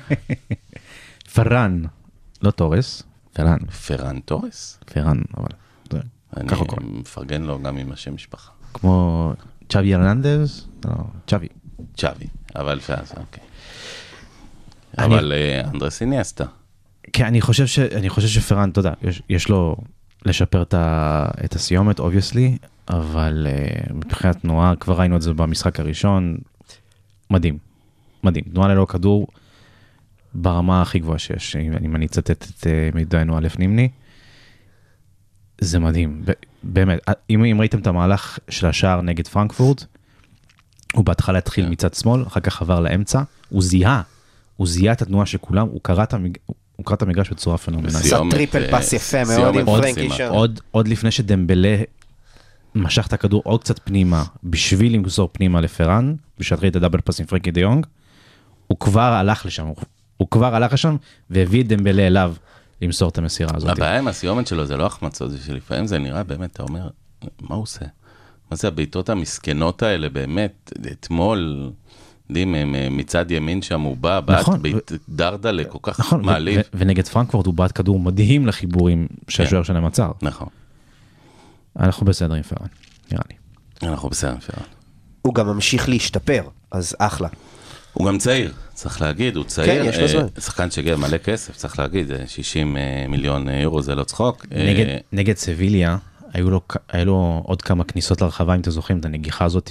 פרן, לא טורס, פרן. פרן טורס? פרן, אבל זה ככה אני קורה. מפרגן לו גם עם השם משפחה. כמו צ'אבי הרננדז? לא, צ'אבי. צ'אבי, אבל פאז, אוקיי. אבל אנדרס איניאסטה. כן, אני חושב ש, אני חושב שפרן, אתה יודע, יש, יש לו לשפר את, ה, את הסיומת, obviously, אבל uh, מבחינת תנועה, כבר ראינו את זה במשחק הראשון, מדהים, מדהים. תנועה ללא כדור, ברמה הכי גבוהה שיש, אם אני אצטט את uh, מידענו א' נימני, זה מדהים, באמת. אם, אם ראיתם את המהלך של השער נגד פרנקפורט, הוא בהתחלה התחיל מצד שמאל, אחר כך עבר לאמצע, הוא זיהה, הוא זיהה את התנועה של כולם, הוא קרא את המג... הוא קרא את המגרש בצורה פנומנלית. עשה טריפל פס יפה מאוד עם פרנקי שם. עוד, עוד לפני שדמבלה משך את הכדור עוד קצת פנימה, בשביל למסור פנימה לפרן, בשביל את הדאבל פס עם פרנקי דה יונג, הוא כבר הלך לשם, הוא, הוא כבר הלך לשם, והביא את דמבלה אליו למסור את המסירה הזאת. הבעיה עם הסיומת שלו זה לא החמצות, זה שלפעמים זה נראה באמת, אתה אומר, מה הוא עושה? מה זה הבעיטות המסכנות האלה באמת, אתמול... מצד ימין שם הוא בא, בעט דרדלה כל כך מעליב. ונגד פרנקפורט הוא בעט כדור מדהים לחיבורים שהשוער שלהם עצר. נכון. אנחנו בסדר עם פרן, נראה לי. אנחנו בסדר עם פרן. הוא גם ממשיך להשתפר, אז אחלה. הוא גם צעיר, צריך להגיד, הוא צעיר. כן, יש לו זמן. שחקן שהגיע מלא כסף, צריך להגיד, שישים מיליון אירו, זה לא צחוק. נגד סביליה, היו לו עוד כמה כניסות לרחבה, אם אתם זוכרים, את הנגיחה הזאת,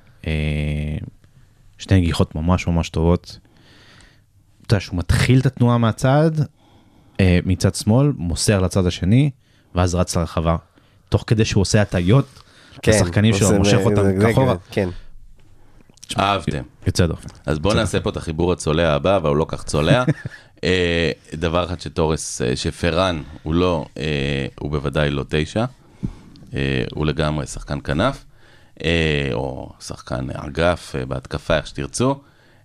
שתי נגיחות ממש ממש טובות. אתה יודע, שהוא מתחיל את התנועה מהצד, מצד שמאל, מוסר לצד השני, ואז רץ לרחבה. תוך כדי שהוא עושה הטעיות, השחקנים שלו מושך אותם כחורה. כן. אהבתם. יוצא דופן. אז בואו נעשה פה את החיבור הצולע הבא, אבל הוא לא כך צולע. דבר אחד שטורס, שפרן, הוא לא, הוא בוודאי לא תשע. הוא לגמרי שחקן כנף. או שחקן אגף בהתקפה, איך שתרצו.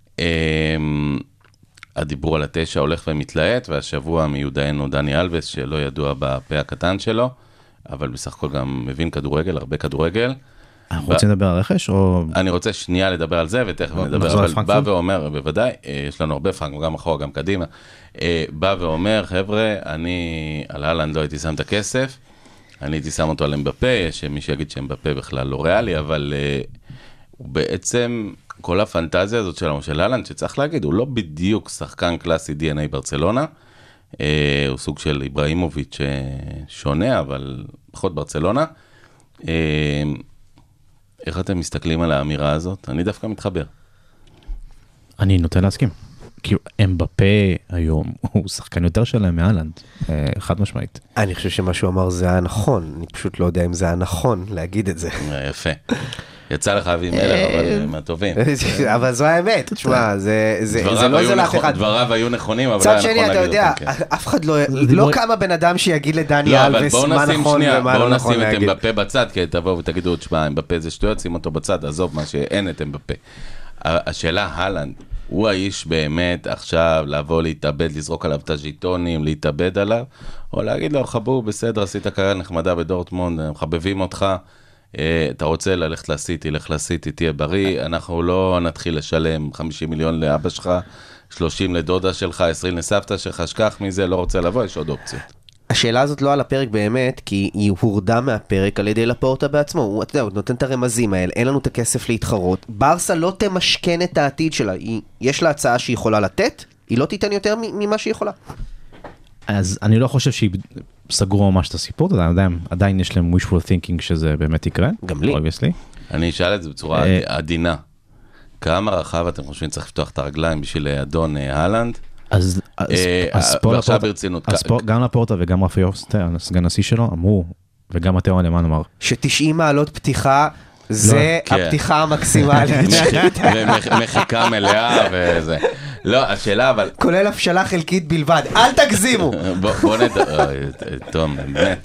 הדיבור על התשע הולך ומתלהט, והשבוע מיודענו דני אלווס, שלא ידוע בפה הקטן שלו, אבל בסך הכל גם מבין כדורגל, הרבה כדורגל. אנחנו רוצים לדבר על רכש? אני רוצה שנייה לדבר על זה, ותכף נדבר, אבל בא ואומר, בוודאי, יש לנו הרבה פרנק, גם אחורה, גם קדימה, בא ואומר, חבר'ה, אני על הלנד לא הייתי שם את הכסף, אני הייתי שם אותו על אמבפה, יש מי שיגיד שאמבפה בכלל לא ריאלי, אבל uh, הוא בעצם, כל הפנטזיה הזאת שלנו, של הלנד, שצריך להגיד, הוא לא בדיוק שחקן קלאסי די אן איי ברצלונה, uh, הוא סוג של איבראימוביץ' שונה, אבל פחות ברצלונה. Uh, איך אתם מסתכלים על האמירה הזאת? אני דווקא מתחבר. אני נוטה להסכים. כאילו, אמבפה היום הוא שחקן יותר שלהם מהלנד, חד משמעית. אני חושב שמה שהוא אמר זה היה נכון, אני פשוט לא יודע אם זה היה נכון להגיד את זה. יפה. יצא לך אבי מלך, אבל מהטובים. אבל זו האמת, תשמע, זה לא זה לאף אחד. דבריו היו נכונים, אבל היה צד נכון שני, להגיד אתה יודע, אף אחד לא קמה בן אדם שיגיד לדני אלווס מה נכון ומה לא נכון להגיד. בואו נשים את אמבפה בצד, כי תבואו ותגידו, תשמע, אמבפה זה שטויות, שים אותו בצד, עזוב מה שאין את אמבפה. השאלה, הלנד, הוא האיש באמת עכשיו לבוא להתאבד, לזרוק עליו את הז'יטונים, להתאבד עליו, או להגיד לו, חבור, בסדר, עשית קריירה נחמדה בדורטמונד, מחבבים אותך, אתה רוצה ללכת לסיטי, לך לסיטי, תהיה בריא, אנחנו לא נתחיל לשלם חמישים מיליון לאבא שלך, שלושים לדודה שלך, עשרים לסבתא שלך, שכח מזה, לא רוצה לבוא, יש עוד אופציות. השאלה הזאת לא על הפרק באמת, כי היא הורדה מהפרק על ידי לפורטה בעצמו, הוא, אתה יודע, הוא נותן את הרמזים האלה, אין לנו את הכסף להתחרות, ברסה לא תמשכן את העתיד שלה, היא, יש לה הצעה שהיא יכולה לתת, היא לא תיתן יותר ממה שהיא יכולה. אז אני לא חושב שהיא סגרו ממש את הסיפור, אתה יודע, עדיין יש להם wishful thinking שזה באמת יקרה. גם לי. obviously. אני אשאל את זה בצורה עדינה, כמה רחב אתם חושבים צריך לפתוח את הרגליים בשביל אדון הלנד? אז, אז, אז פה ועכשיו לפורטה, ברצינות. אז פה, גם לפורטה וגם רפי אופסטר, הסגן נשיא שלו, אמרו, וגם מתאו אלמן אמר, ש-תשעים מעלות פתיחה, זה הפתיחה המקסימלית. ומחיקה מלאה וזה. לא, השאלה אבל... כולל הפשלה חלקית בלבד, אל תגזימו. בוא נדע, תום, באמת.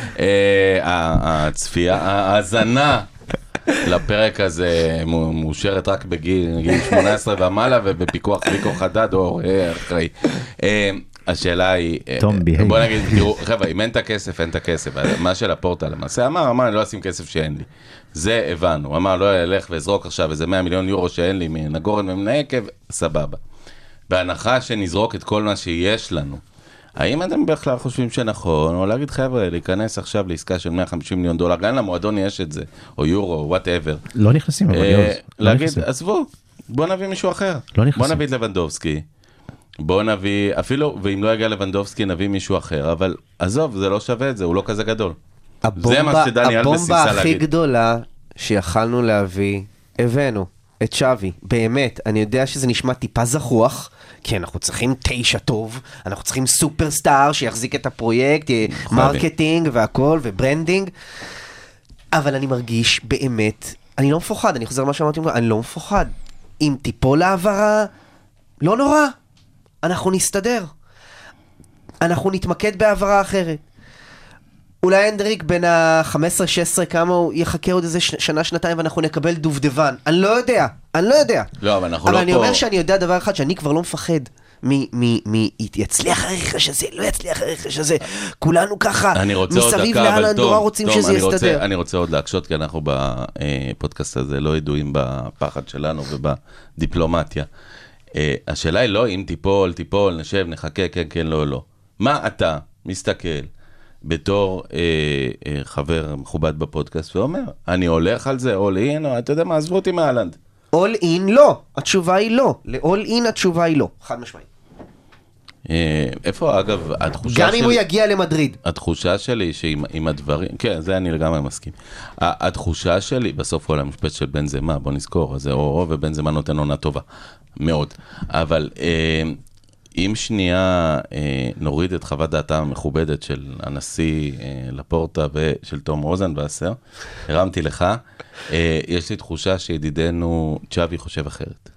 הצפייה, ההזנה לפרק הזה מאושרת רק בגיל שמונה עשרה ומעלה, ובפיקוח פיקוח חדד או אחרי. השאלה היא, בוא נגיד, תראו, חבר'ה, אם אין את הכסף, אין את הכסף. מה של הפורטה למעשה אמר, אמר, אני לא אשים כסף שאין לי. זה הבנו. אמר, לא ילך ואזרוק עכשיו איזה מאה מיליון יורו שאין לי מנגורן ומנעקב, סבבה. בהנחה שנזרוק את כל מה שיש לנו, האם אתם בכלל חושבים שנכון, או להגיד, חבר'ה, להיכנס עכשיו לעסקה של מאה וחמישים מיליון דולר, גם למועדון יש את זה, או יורו, whatever. לא נכנסים, אבל יוז. להגיד, עזבו, בוא נביא מישהו אחר. לא נכנסים. בוא נביא את לבנדובסקי. בוא נביא, אפילו, ואם לא יגיע לבנדובסקי, נביא מישהו אחר, אבל עזוב, זה לא שווה את זה, הוא לא כזה גדול. זה מה שדני אלבס ניסה להגיד. הבומבה הכי גדולה שיכלנו להביא, הבאנו את שווי, באמת, אני יודע שזה נשמע טיפה זחוח, כי אנחנו צריכים תשע טוב, אנחנו צריכים סופרסטאר שיחזיק את הפרויקט, מרקטינג והכל, וברנדינג, אבל אני מרגיש באמת, אני לא מפוחד, אני חוזר מה שאמרתי, אני לא מפוחד. אם טיפול העברה, לא נורא, אנחנו נסתדר. אנחנו נתמקד בעברה אחרת. אולי אנדריק בין ה-חמש עשרה שש עשרה כמה הוא יחכה עוד איזה שנה, שנתיים, ואנחנו נקבל דובדבן. אני לא יודע, אני לא יודע. לא, אבל אנחנו לא פה... אבל אני אומר שאני יודע דבר אחד, שאני כבר לא מפחד מ... יצליח הרכש הזה, לא יצליח הרכש הזה. כולנו ככה, מסביב להלנד, נורא רוצים שזה יסתדר. אני רוצה עוד להקשות, כי אנחנו בפודקאסט הזה לא ידועים בפחד שלנו ובדיפלומטיה. השאלה היא לא אם תיפול, תיפול, נשב, נחכה, כן, כן, לא, לא. מה אתה מסתכל בתור אה, אה, חבר מכובד בפודקאסט ואומר, אני הולך על זה, all in, או אתה יודע מה, עזבו אותי מהלנד. all in לא, התשובה היא לא. ל-all in התשובה היא לא, חד משמעית. אה, איפה אגב, התחושה גם שלי... אם הוא יגיע למדריד. התחושה שלי שעם הדברים, כן, זה אני לגמרי מסכים. התחושה שלי, בסוף כל המשפט של בן זמה, בוא נזכור, זה אורו ובן זמה נותן עונה טובה, מאוד. אבל... אה, אם שנייה אה, נוריד את חוות דעתה המכובדת של הנשיא אה, לפורטה ושל תום רוזנווסר, הרמתי לך, אה, יש לי תחושה שידידנו צ'אבי חושב אחרת.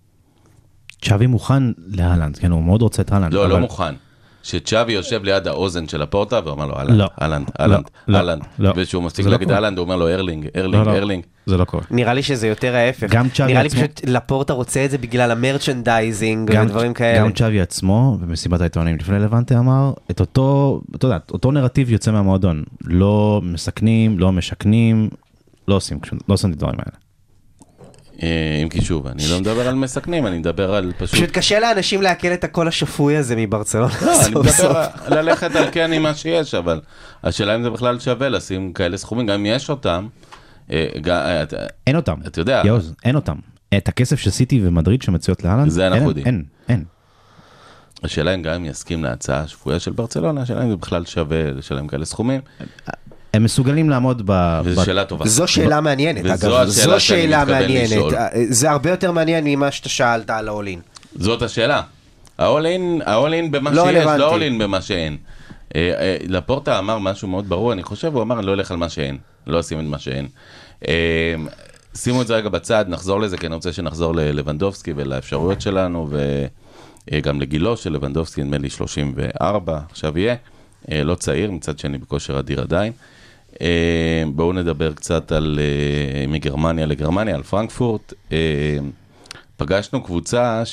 צ'אבי מוכן להלנד, כן, הוא מאוד רוצה את הלנד. לא, אבל... לא מוכן. שצ'אבי יושב ליד האוזן של הפורטה ואומר לו, הלנד, הלנד, הלנד, הלנד. ושהוא מפסיק להגיד הלנד, הוא אומר לו, ארלינג, ארלינג, ארלינג. זה לא קורה. נראה לי שזה יותר ההפך. גם צ'אבי נראה עצמו... לי פשוט לפורטה רוצה את זה בגלל המרצ'נדייזינג ודברים כאלה. גם צ'אבי עצמו, במסיבת העיתונאים לפני לבנטה אמר, את אותו, אתה יודע, אותו נרטיב יוצא מהמועדון. לא מסכנים, לא משכנים, לא עושים, לא עושים את הדברים האלה. עם קישוב, אני לא מדבר על מסכנים, אני מדבר על פשוט... פשוט קשה לאנשים לעכל את הקול השפוי הזה מברצלונה. לא, אני מדבר ללכת על כן עם מה שיש, אבל השאלה אם זה בכלל שווה לשים כאלה סכומים, גם אם יש אותם. אין אותם. אתה יודע. יוז, אין אותם. את הכסף של סיטי ומדריד שמציעות לאלן, זה אנחנו יודעים. אין, אין. השאלה אם גם אם יסכים להצעה השפויה של ברצלונה, השאלה אם זה בכלל שווה לשלם כאלה סכומים. הם מסוגלים לעמוד ב... וזו שאלה טובה. זו שאלה מעניינת, אגב. זו שאלה מעניינת. זה הרבה יותר מעניין ממה שאתה שאלת על האולין. זאת השאלה. האולין, האולין במה שיש, לא האולין במה שאין. לפורטה אמר משהו מאוד ברור, אני חושב, הוא אמר, אני לא הולך על מה שאין. לא עושים את מה שאין. שימו את זה רגע בצד, נחזור לזה, כי אני רוצה שנחזור ללבנדובסקי ולאפשרויות שלנו, וגם לגילו של לבנדובסקי, נדמה לי שלושים וארבע, עכשיו יהיה, לא צעיר, מצד שני בכושר אדיר עדיין. בואו נדבר קצת על מגרמניה לגרמניה, על פרנקפורט. פגשנו קבוצה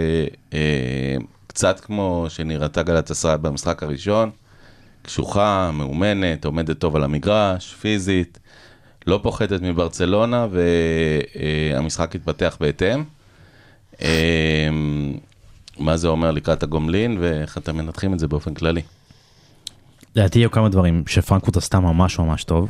שקצת כמו שנראתה גלאטסראי במשחק הראשון, קשוחה, מאומנת, עומדת טוב על המגרש, פיזית, לא פוחדת מברצלונה, והמשחק התפתח בהתאם. מה זה אומר לקראת הגומלין, ואיך אתם מנתחים את זה באופן כללי? לדעתי יהיו כמה דברים שפרנקפורט עשתה ממש ממש טוב.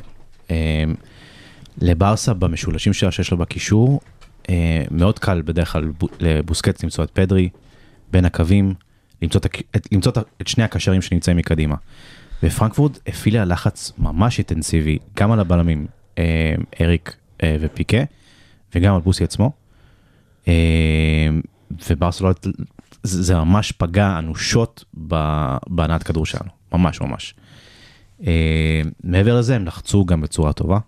לברסה במשולשים שלה שיש לו בקישור, מאוד קל בדרך כלל לבוסקץ למצוא את פדרי, בין הקווים, למצוא את שני הקשרים שנמצאים מקדימה. ופרנקפורט הפעילה לחץ ממש אינטנסיבי, גם על הבלמים, אריק ופיקה, וגם על בוסי עצמו. וברסה לא... זה ממש פגע אנושות בהנעת כדור שלנו, ממש ממש. מעבר לזה הם לחצו גם בצורה טובה,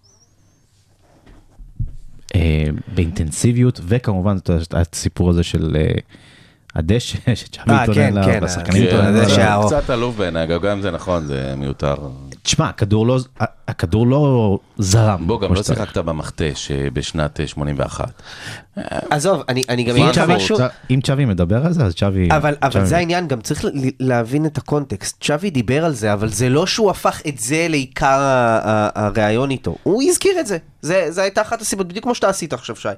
באינטנסיביות, וכמובן הסיפור הזה של הדשא, שצ'אבי התלונן לה, והשחקנים התלונן לה. זה קצת עלוב בעיניי, גם זה נכון, זה מיותר. תשמע, הכדור לא זרם. בוא, גם לא שיחקת במכתש בשנת שמונים ואחת. עזוב, אני גם אגיד משהו... אם צ'אבי מדבר על זה, אז צ'אבי... אבל זה העניין, גם צריך להבין את הקונטקסט. צ'אבי דיבר על זה, אבל זה לא שהוא הפך את זה לעיקר הרעיון איתו. הוא הזכיר את זה. זה הייתה אחת הסיבות, בדיוק כמו שאתה עשית עכשיו, שי.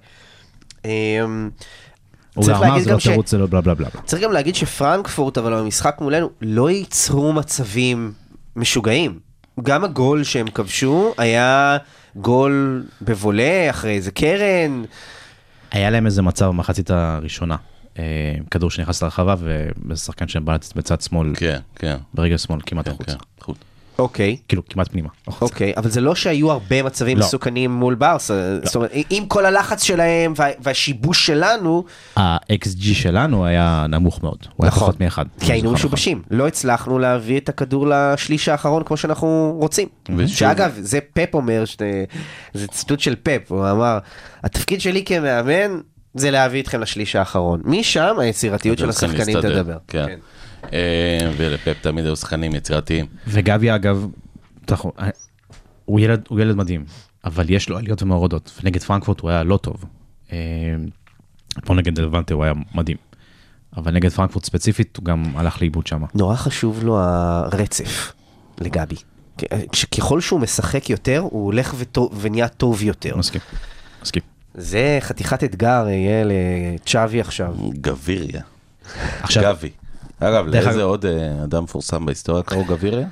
הוא גם אמר, זה לא תירוץ, זה לא בלה בלה בלה. צריך גם להגיד שפרנקפורט, אבל במשחק מולנו, לא ייצרו מצבים משוגעים. גם הגול שהם כבשו היה גול בבולה, אחרי איזה קרן. היה להם איזה מצב במחצית הראשונה. כדור שנכנס לרחבה, ובשחקן שהם בלט בצד שמאל. כן, כן. ברגל שמאל, כמעט החוץ. אוקיי. כאילו, כמעט פנימה. אוקיי, אבל זה לא שהיו הרבה מצבים מסוכנים מול ברסה. זאת אומרת, עם כל הלחץ שלהם והשיבוש שלנו... ה-אקס ג'י שלנו היה נמוך מאוד. הוא היה פחות מאחד. כי היינו משובשים. לא הצלחנו להביא את הכדור לשליש האחרון כמו שאנחנו רוצים. שאגב, זה פפ אומר, זה ציטוט של פפ. הוא אמר, התפקיד שלי כמאמן זה להביא אתכם לשליש האחרון. משם היצירתיות של השחקנים תדבר. כן. ולפפ תמיד היו שחקנים יצירתיים. וגבי אגב, הוא ילד, הוא ילד מדהים, אבל יש לו עליות ומעורדות, ונגד פרנקפורט הוא היה לא טוב. פה נגד לבנטה הוא היה מדהים, אבל נגד פרנקפורט ספציפית הוא גם הלך לאיבוד שם. נורא חשוב לו הרצף לגבי. ככל שהוא משחק יותר, הוא הולך ונהיה טוב יותר. מסכים, מסכים. זה חתיכת אתגר יהיה לצ'אבי עכשיו. גביריה. גבי. אגב, לאיזה עוד אדם מפורסם בהיסטוריה קראו גביריה?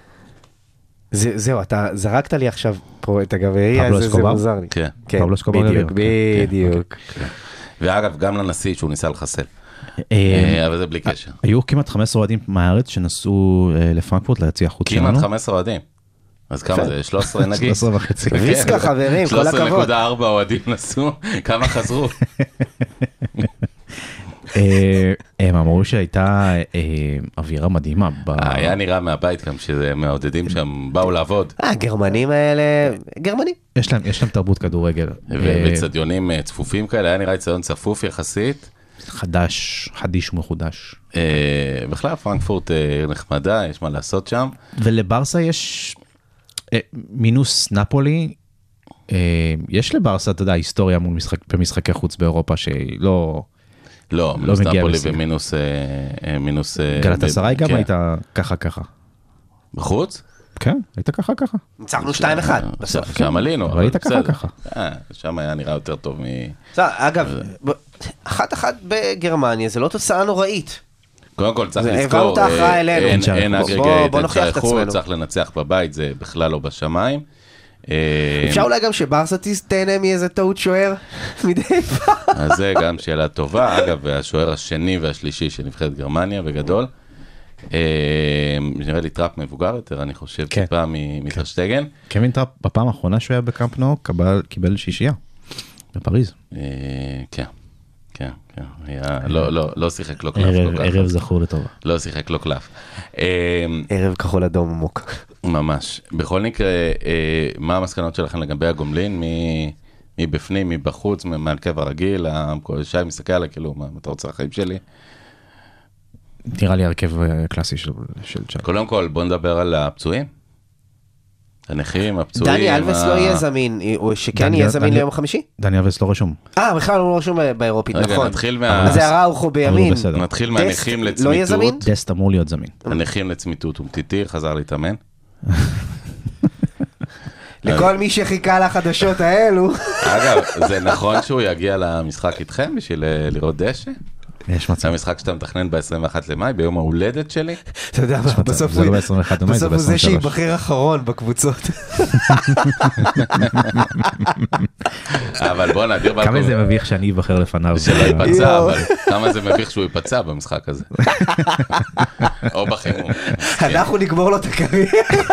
זהו, אתה זרקת לי עכשיו פה את הגביריה, זה מוזר לי. כן. פבלו אסקובר. בדיוק, בדיוק. ואגב, גם לנשיא שהוא ניסה לחסל. אבל זה בלי קשר. היו כמעט חמישה עשרה אוהדים מהארץ שנסעו לפרנקפורט להציע חוץ שלנו. כמעט חמישה עשרה אוהדים. אז כמה זה? שלוש עשרה נגיד? שלוש עשרה וחצי. ויסקה חברים, כל הכבוד. שלוש עשרה נקודה ארבע אוהדים נסעו, כמה חזרו? הם אמרו שהייתה אווירה מדהימה. היה נראה מהבית גם שמעודדים שם באו לעבוד. הגרמנים האלה, גרמנים. יש להם תרבות כדורגל. ובצדיונים צפופים כאלה, היה נראה צדיון צפוף יחסית. חדש, חדיש ומחודש. בכלל פרנקפורט נחמדה, יש מה לעשות שם. ולברסה יש מינוס נפולי, יש לברסה, אתה יודע, היסטוריה במשחקי חוץ באירופה שהיא לא... לא, מינוס נפולי ומינוס... גלאטסראי גם הייתה ככה ככה. בחוץ? כן, היית ככה ככה. ניצחנו שתיים אחד בסוף. שם עלינו. אבל היית ככה בסדר. ככה. אה, שם היה נראה יותר טוב מ... אגב, אחת אחת בגרמניה זה לא תוצאה נוראית. קודם כל צריך זה- לזכור, העברנו את ההכרעה אה, אלינו. אין- בוא- אין בוא- אגרגייט, בוא אין נוכיח את שייכות, עצמנו. צריך לנצח בבית, זה בכלל לא בשמיים. אה, אפשר אולי גם שברסה תהנה מאיזה טעות שוער מדי פעם. אז זה גם שאלה טובה. אגב, השוער השני והשלישי של נבחרת גרמניה, בגדול. אה, נראה לי טראפ מבוגר יותר, אני חושב, כן. טיפה מ- מטרשטגן. קווין טראפ בפעם האחרונה שהוא היה בקאמפ נו קיבל- קיבל שישייה. בפריז. אה, כן, כן, כן. היה- לא, לא, לא שיחק לו קלף ערב כל כך. ערב זכור לטובה. לא שיחק לו קלף. אה, ערב כחול אדום עמוק. ממש. בכל מקרה, אה, מה המסקנות שלכם לגבי הגומלין? מי, מי בפנים, מי בחוץ, מהרכב הרגיל? שי מסתכל עליי, כאילו, מה אתה רוצה לחיים שלי? נראה לי הרכב אה, קלאסי של של צ'אק. קודם כל, בוא נדבר על הפצועים. הנכים, הפצועים. דני אלבס ה- לא יהיה זמין, או שכן דני- יהיה זמין דני- ליום החמישי? דני אלבס לא רשום. אה, בכלל הוא לא רשום באירופית, רגע, נכון. נתחיל מה- אז זה הראוכו בימין. בסדר. נתחיל טסט מהנכים לא יהיה זמין? לצמיתות. דסט אמור להיות זמין. הנכים לצמיתות ומתיתי, חזר להתאמן. לכל מי שחיכה לחדשות האלו. אגב, זה נכון שהוא יגיע למשחק איתכם בשביל אה, לראות דשא? יש זה מצב. המשחק שאתה מתכנן ב-עשרים ואחת למאי, ביום ההולדת שלי. אתה יודע מה, בסוף זה הוא לא ב-עשרים ואחד במאי, זה בסוף הוא זה ב-עשרים ושלוש. שיבחר אחרון בקבוצות. אבל בוא נדיר בלקום. כמה זה מביך שאני אבחר לפניו. שלא ייפצע, יואו. אבל כמה זה מביך שהוא ייפצע במשחק הזה. או בחימום. אנחנו נגמור לו את הקריירה.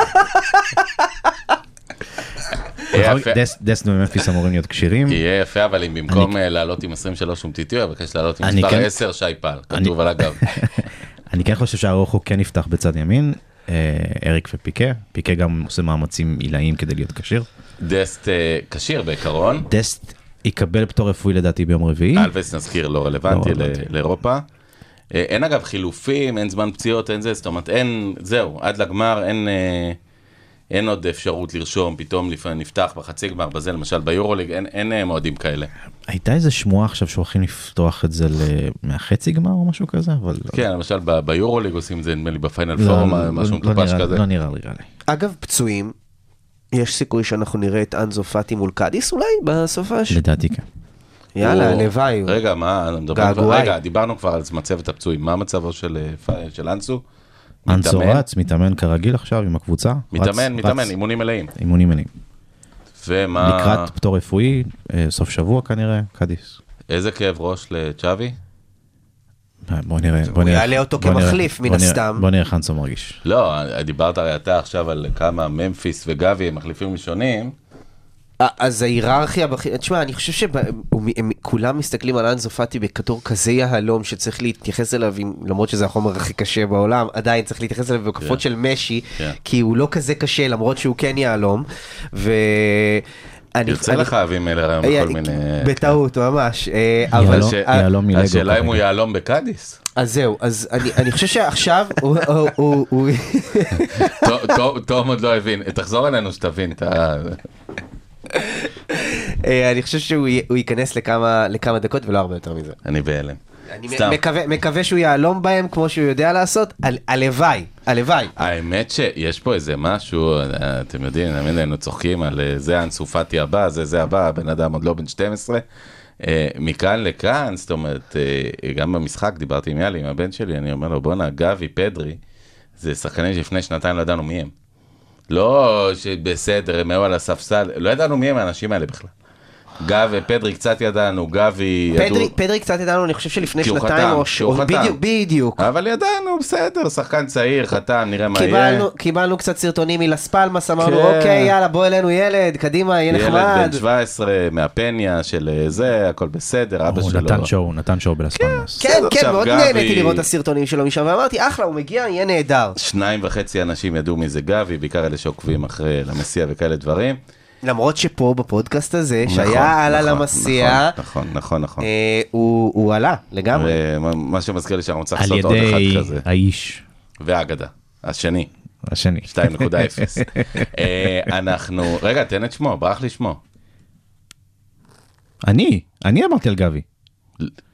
יהיה יפה- דס- דסט וממפיס אמורים להיות כשירים. יהיה יפה, אבל אם במקום אה, לעלות עם עשרים ושלוש ומתיתי, הוא יבקש לעלות עם אני מספר כן- עשר, שי פעל. אני- כתוב על הגב. אני כן חושב שהרוחו כן יפתח בצד ימין, אה, אריק ופיקה, פיקה גם עושה מאמצים עילאיים כדי להיות כשיר. דסט אה, כשיר בעיקרון. דסט יקבל פטור רפואי לדעתי ביום רביעי. אלווס נזכיר לא רלוונטי לא ל- רלוונטי. לאירופה. אה, אין אגב חילופים, אין זמן פציעות, אין זה, זאת אומרת, אין, זהו, עד לגמר אין... אה, אין עוד אפשרות לרשום, פתאום לפעמים נפתח בחצי גמר, בזה למשל ביורוליג, אין, אין אה, מועדים כאלה. הייתה איזה שמועה עכשיו שהולכים לפתוח את זה ל- מהחצי גמר או משהו כזה, אבל... כן, למשל ב- ביורוליג עושים את זה, נדמה לי בפיינל לא, פורום, לא, משהו לא מטופש נראה- כזה. לא נראה לי, נראה לי. אגב, פצועים, יש סיכוי שאנחנו נראה את אנזו פאטי מול קאדיס אולי בסופש? לדעתי כן. יאללה, הוא- הלוואי. רגע, מה, מדברים- געגועי. רגע, דיברנו כבר על מצבת הפצועים, מה מצבו של אה, פ- של אנסו? אנסו מתאמן? רץ, מתאמן כרגיל עכשיו עם הקבוצה. רץ- מתאמן, מתאמן, רץ. אימונים מלאים. אימונים מלאים. ומה, לקראת פטור רפואי, אה, סוף שבוע כנראה, קאדיס. איזה כאב ראש לצ'אבי? אה, בוא נראה. בוא הוא נראה- יעלה אותו בוא נראה- כמחליף, מן בוא נראה- הסתם. בוא נראה איך אנסו מרגיש. לא, דיברת הרי אתה עכשיו על כמה ממפיס וגבי הם מחליפים ראשונים. אה, אז ההיררכיה, בח- תשמע, אני חושב שהם כולם מסתכלים על אנזו פאטי בכדור כזה יהלום שצריך להתייחס אליו, עם- למרות שזה החומר הכי קשה בעולם, עדיין צריך להתייחס אליו בכפות כן. של משי, כן. כי הוא לא כזה קשה, למרות שהוא כן יהלום. ואני... יוצא אני- לך אוהבים אלה רעיון אה, בכל מיני... בטעות, ממש. אה, אבל... יהלום- ש- אה, יהלום מלגו. השאלה אם כזה. הוא יהלום בקאדיס. אז זהו, אז אני אני חושב שעכשיו הוא... הוא- הוא- הוא- תום- תום- תום עוד לא הבין, תחזור אלינו שתבין את ה... אה, אני חושב שהוא י- הוא ייכנס לכמה לכמה דקות ולא הרבה יותר מזה. אני בהלם. אני סתם. מקווה, מקווה שהוא יעלום בהם כמו שהוא יודע לעשות, על- הלוואי, הלוואי. האמת שיש פה איזה משהו, אתם יודעים, תמיד היינו צוחקים על אה, זה אנסו פאטי הבא, זה זה הבא, הבן אדם עוד לא בן שתים עשרה. אה, מכאן לכאן, זאת אומרת, אה, גם במשחק דיברתי עם יאלי, עם הבן שלי, אני אומר לו, בואנה, גבי, פדרי, זה שחקנים שלפני שנתיים לא ידענו מי הם. לא שבסדר, הם היו על הספסל, לא ידענו מי הם האנשים האלה בכלל. גבי, פדרי קצת ידענו, גבי... פדרי, ידעו- פדרי קצת ידענו, אני חושב שלפני כי הוא שנתיים, חתם, או כי ש... הוא או- חתם. בדיוק, בדיוק. אבל ידענו, בסדר, שחקן צעיר, חתם, נראה מה יהיה. קיבלנו, קיבלנו קצת סרטונים מלס פלמאס, אמרנו, כן. אוקיי, יאללה, בוא אלינו ילד, קדימה, יהיה ילד נחמד. בן שבע עשרה מהפניה של אה, זה, הכל בסדר, אבא הוא שלו. נתן שואו, נתן שואו בלספלמאס. כן, בסדר, כן, עכשיו מאוד גבי- נהניתי לראות את הסרטונים שלו משם, ואמרתי, אחלה, הוא מגיע, יהיה נהדר. שניים וחצי אנשים ידעו מי זה גבי, בעיקר אלה שעוקבים אחרי למסיע וכאלה דברים. למרות שפה בפודקאסט הזה, נכון, שהיה עלה נכון, למסיע, נכון, נכון, נכון. אה, הוא הוא עלה, לגמרי. ומה- מה שמזכיר לי שאנחנו צריכים על לעשות עוד ידי אחד כזה. האיש והאגדה, השני, השני. שתיים נקודה אפס. אה, אנחנו, רגע, תן את שמו, ברח לי שמו. אני, אני אמרתי על גבי.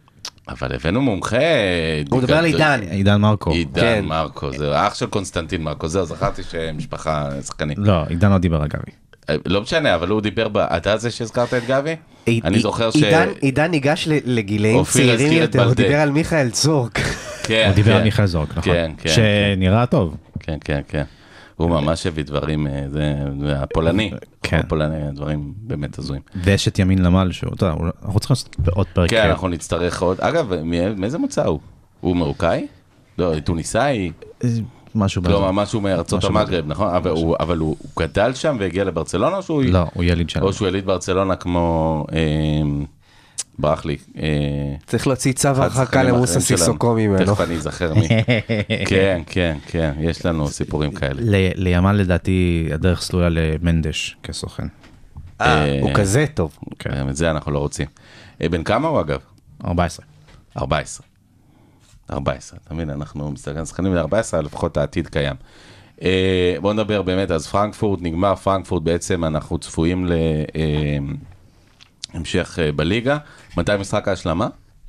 אבל הבאנו מומחה. הוא מדבר על עידן. עידן מרקו. עידן כן. מרקו, זה אח של קונסטנטין מרקו, זהו, זכרתי שמשפחה שחקנית. לא, עידן לא דיבר על גבי. לא משנה, אבל הוא דיבר, ב... אתה זה שהזכרת את גבי? אני זוכר ש... עידן, עידן ניגש ל- לגילאים אופיר צעירים הזכיר את יותר, הוא בלדה. דיבר על מיכאל צורק. כן, הוא דיבר כן. על מיכאל זורק, נכון. כן, כן. שנראה טוב. כן, כן, כן. הוא ממש הביא דברים, אה, זה זה הפולני. כן. הפולני, דברים באמת הזויים. ויש את ימין למל, שהוא, אתה יודע, הוא- אנחנו צריכים לעשות עוד פרק. כן, אנחנו נצטרך עוד. אגב, מי- מאיזה מוצא הוא? הוא מרוקאי? לא, טוניסאי? משהו כלומר, משהו מארצות משהו המגרב, נכון? אבל הוא- אבל הוא הוא גדל שם והגיע לברצלונה או שהוא... לא, הוא יליד שלנו. או שהוא יליד ברצלונה כמו... אה, ברח לי. אה, צריך להוציא צו אחד הרחקה השחקנים למוסה האחרים שלנו. סיסוקו ממנו. תכף אני אזכר מי. כן, כן, כן, יש לנו סיפורים כאלה. ל- לימן לדעתי הדרך סלולה למנדש כסוכן. אה, הוא כזה טוב. כן, את זה אנחנו לא רוצים. אה, בן כמה הוא אגב? ארבע עשרה. ארבע עשרה. ארבע עשרה, אתה מבין, אנחנו מסתכלים שחקנים ל-ארבע עשרה, לפחות העתיד קיים. אה, בואו נדבר באמת, אז פרנקפורט, נגמר פרנקפורט, בעצם אנחנו צפויים להמשך בליגה. מתי משחק ההשלמה?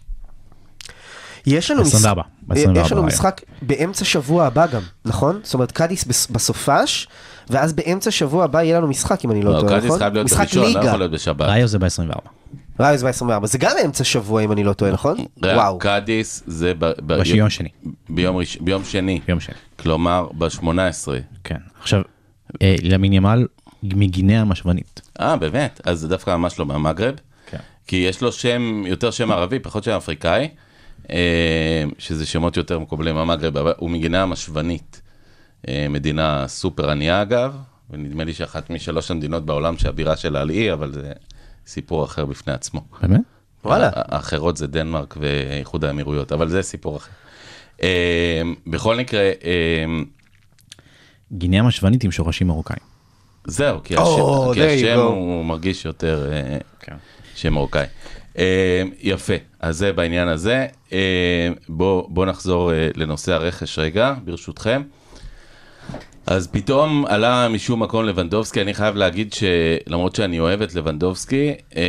יש לנו עשרים וארבע, משחק- ב-עשרים וארבע יש לנו היה. משחק באמצע שבוע הבא גם, נכון? זאת אומרת, קאדיס בס- בסופש, ואז באמצע שבוע הבא יהיה לנו משחק, אם אני לא לא, טועה, קאדיס נכון? חייב להיות משחק בראשון, לא ליגה. יכול להיות בשבת. ראיו זה ב-עשרים וארבע. ראיוס ב-עשרים וארבע, זה גם באמצע שבוע, אם אני לא טועה, נכון? וואו. קאדיס זה ב- ב- ביום שני. ביום ראש- ביום שני, ביום שני. כלומר ב-שמונה עשרה. כן. עכשיו, אה, למין ימל מגינאה המשוונית. אה, באמת? אז זה דווקא ממש לא מהמגרב. כן. כי יש לו שם, יותר שם ערבי, פחות שם אפריקאי, אה, שזה שמות יותר מקובלים מהמגרב, אבל הוא מגינאה המשוונית. אה, מדינה סופר ענייה אגב, ונדמה לי שאחת משלוש המדינות בעולם שהבירה שלה על אי, אבל זה סיפור אחר בפני עצמו. באמת? וואלה. האחרות זה דנמרק ואיחוד האמירויות, אבל זה סיפור אחר. אה, בכל מקרה, אה, גינאה המשוונית עם שורשים מרוקאים. זהו, כי Oh, השם, כי there you השם go. הוא מרגיש יותר אה, כן. שם מרוקאי. אה, יפה, אז זה בעניין הזה. אה, בוא, בוא נחזור אה, לנושא הרכש רגע, ברשותכם. אז פתאום עלה משום מקום לבנדובסקי, אני חייב להגיד שלמרות שאני אוהב את לבנדובסקי, אה,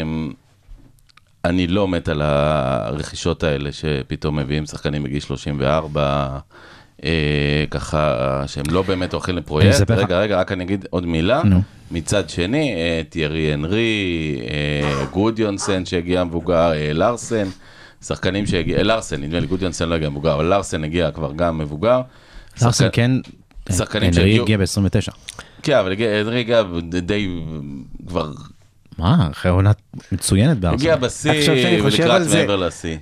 אני לא מת על הרכישות האלה שפתאום מביאים שחקנים בגיל שלושים וארבע, אה, ככה שהם לא באמת הולכים אני לפרויקט. אספר לך. רגע, רגע, רק אני אגיד עוד מילה. נו. מצד שני, אה, תיארי הנרי, אה, גודיונסן שהגיע מבוגר, אה, לארסן, שחקנים שהגיע, אה, לארסן, נדמה לי גודיונסן לא הגיע מבוגר, אבל לארסן הגיע כבר גם מבוגר. לארסן שחקן- כן, שחקנים הנרי שהגיעו- הגיע ב-עשרים ותשע. כן, אבל הגיע- הנרי הגיע די כבר, מה? אחרי עונה מצוינת בארסנל. הגיע בשיא עכשיו שאני חושב על ולקראת זה- מעבר לשיא.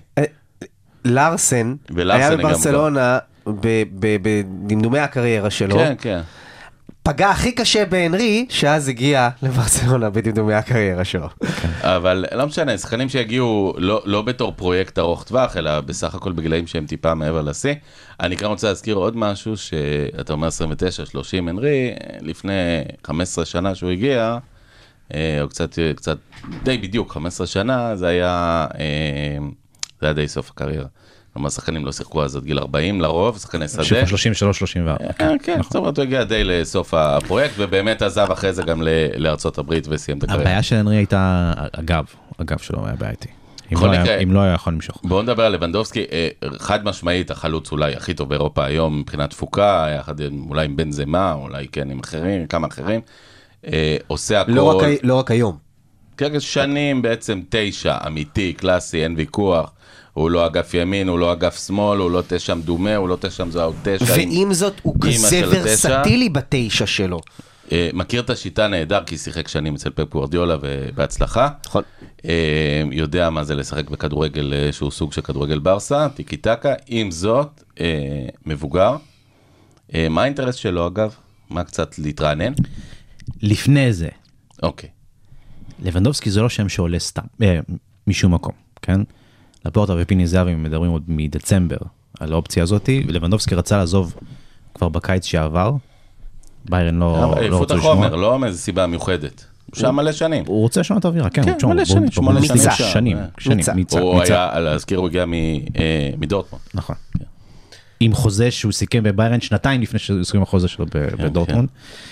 לארסן ולארסן היה גם בברצלונה ב- ב- בדמדומי הקריירה שלו, כן, כן. פגע הכי קשה בהנרי, שאז הגיע לברצלונה בדמדומי הקריירה שלו. אבל לא משנה, שחקנים שהגיעו לא, לא בתור פרויקט ארוך טווח, אלא בסך הכל בגילאים שהם טיפה מעבר לשיא. אני כאן רוצה להזכיר עוד משהו, שאתה אומר עשרים ותשע שלושים, הנרי, לפני חמש עשרה שנה שהוא הגיע, אה, או קצת, קצת, די בדיוק חמש עשרה שנה, זה היה, אה, זה היה די סוף הקריירה. כלומר, שחקנים לא שיחקו אז עד גיל ארבעים לרוב, שחקני שדה. שלושים ושלוש שלושים וארבע. כן, כן, זאת אומרת, הוא הגיע די לסוף הפרויקט, ובאמת עזב אחרי זה גם ל- לארצות הברית וסיים את הקריירה. הבעיה של הנרי הייתה הגב, הגב שלו היה בעייתי. אם בכל לא היה- מקרה- אם לא היה יכול למשוך. בואו נדבר על לבנדובסקי, אה, חד משמעית החלוץ אולי הכי טוב באירופה היום מבחינת תפוקה, יחד עם- אולי עם בן זמה, אולי כן עם אחרים, כמה אחרים, אה, עושה הכל, לא רק ה- לא רק היום. כן, שנים בעצם תשע, אמיתי, קלאסי, אין ויכוח, הוא לא אגף ימין, הוא לא אגף שמאל, הוא לא תשע מדומה, הוא לא תשע מזוהה, הוא תשע. עם- ועם זאת, הוא אמא כזה של התשע. ורסטילי בתשע שלו. אה, מכיר את השיטה נהדר, כי שיחק שנים אצל פפ גוארדיולה ובהצלחה. נכון. אה, יודע מה זה לשחק בכדורגל אה, שהוא סוג של כדורגל ברסה, טיקי טקה, עם זאת, אה, מבוגר. אה, מה האינטרס שלו אגב? מה קצת להתרענן? לפני זה, אוקיי. לבנדובסקי זה לא שם שעולה סתם, אה, משום מקום, כן? לפורטה ופיני זהבי מדברים עוד מדצמבר על האופציה הזאת, ולבנדובסקי רצה לעזוב כבר בקיץ שעבר, ביירן לא, לא איפות רוצה החומר, לשמוע. לא מאיזה סיבה מיוחדת. הוא שם מלא שנים. הוא רוצה לשנות אווירה, כן, כן, הוא שם, מלא בוא- שנים, בוא- שמונה בוא שנים ניצח, שם, שנים, אה. שנים, ניצח. ניצח, הוא ניצח. היה, להזכיר, הוא הגיע מ- אה, מדורטמונד. נכון. עם חוזה שהוא סיכם בביירן שנתיים לפני שהוא סיכם החוזה שלו ב- בדורטמונד.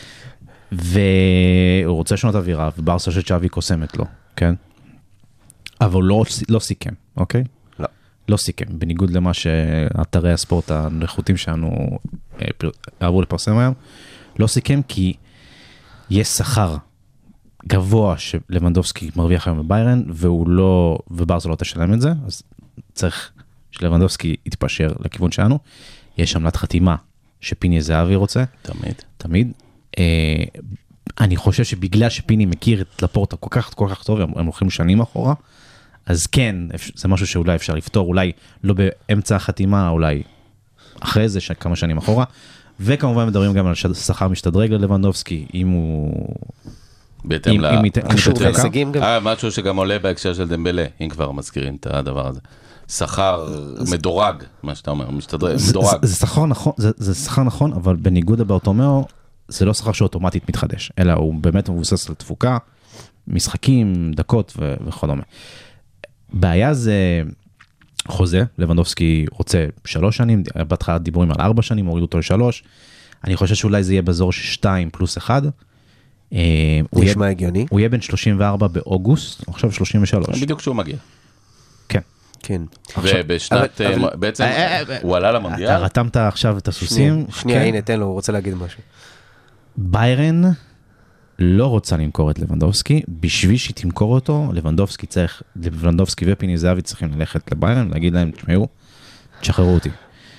והוא רוצה לשנות אווירה, וברסה של צ'אבי קוסמת לו, כן? אבל הוא לא, לא סיכם, אוקיי? לא. לא סיכם, בניגוד למה שאתרי הספורט הנחותים שלנו אהבו לפרסם היום, לא סיכם כי יש שכר גבוה שלוונדובסקי מרוויח היום בביירן, והוא לא, וברסה לא תשלם את זה, אז צריך שלוונדובסקי יתפשר לכיוון שלנו. יש עמלת חתימה שפיני זהבי רוצה. תמיד. תמיד. אה, אני חושב שבגלל שפיני מכיר את לפורטה כל כך, כל כך טוב, הם הולכים שנים אחורה, אז כן, זה משהו שאולי אפשר לפתור, אולי לא באמצע החתימה, אולי אחרי זה כמה שנים אחורה, וכמובן מדברים גם על שכר משתדרג ללוונדובסקי, אם הוא... בהתאם ל... קשור להישגים גם. אה, משהו שגם עולה בהקשר של דמבלה, אם כבר מזכירים את הדבר הזה. שכר מדורג, מה שאתה אומר, משתדרג, מדורג. זה שכר נכון, זה שכר נכון, אבל בניגוד לברטומיאו, זה לא שכר שאוטומטית מתחדש, אלא הוא באמת מבוסס על תפוקה, משחקים, דקות וכדומה. בעיה זה חוזה, לוונדובסקי רוצה שלוש שנים, בהתחלה דיבורים על ארבע שנים, הורידו אותו לשלוש, אני חושב שאולי זה יהיה באזור שתיים פלוס אחד. נשמע הגיוני. הוא יהיה בין שלושים וארבע באוגוסט, עכשיו שלושים ושלוש. בדיוק כשהוא מגיע. כן. כן. ובשנת, בעצם הוא עלה למונדיאל. אתה רתמת עכשיו את הסוסים. שנייה, הנה, תן לו, הוא רוצה להגיד משהו. ביירן לא רוצה למכור את לבנדובסקי, בשביל שהיא תמכור אותו, לבנדובסקי צריך, לבנדובסקי ופיני זהבי צריכים ללכת לביירן, להגיד להם, תשמעו, תשחררו אותי.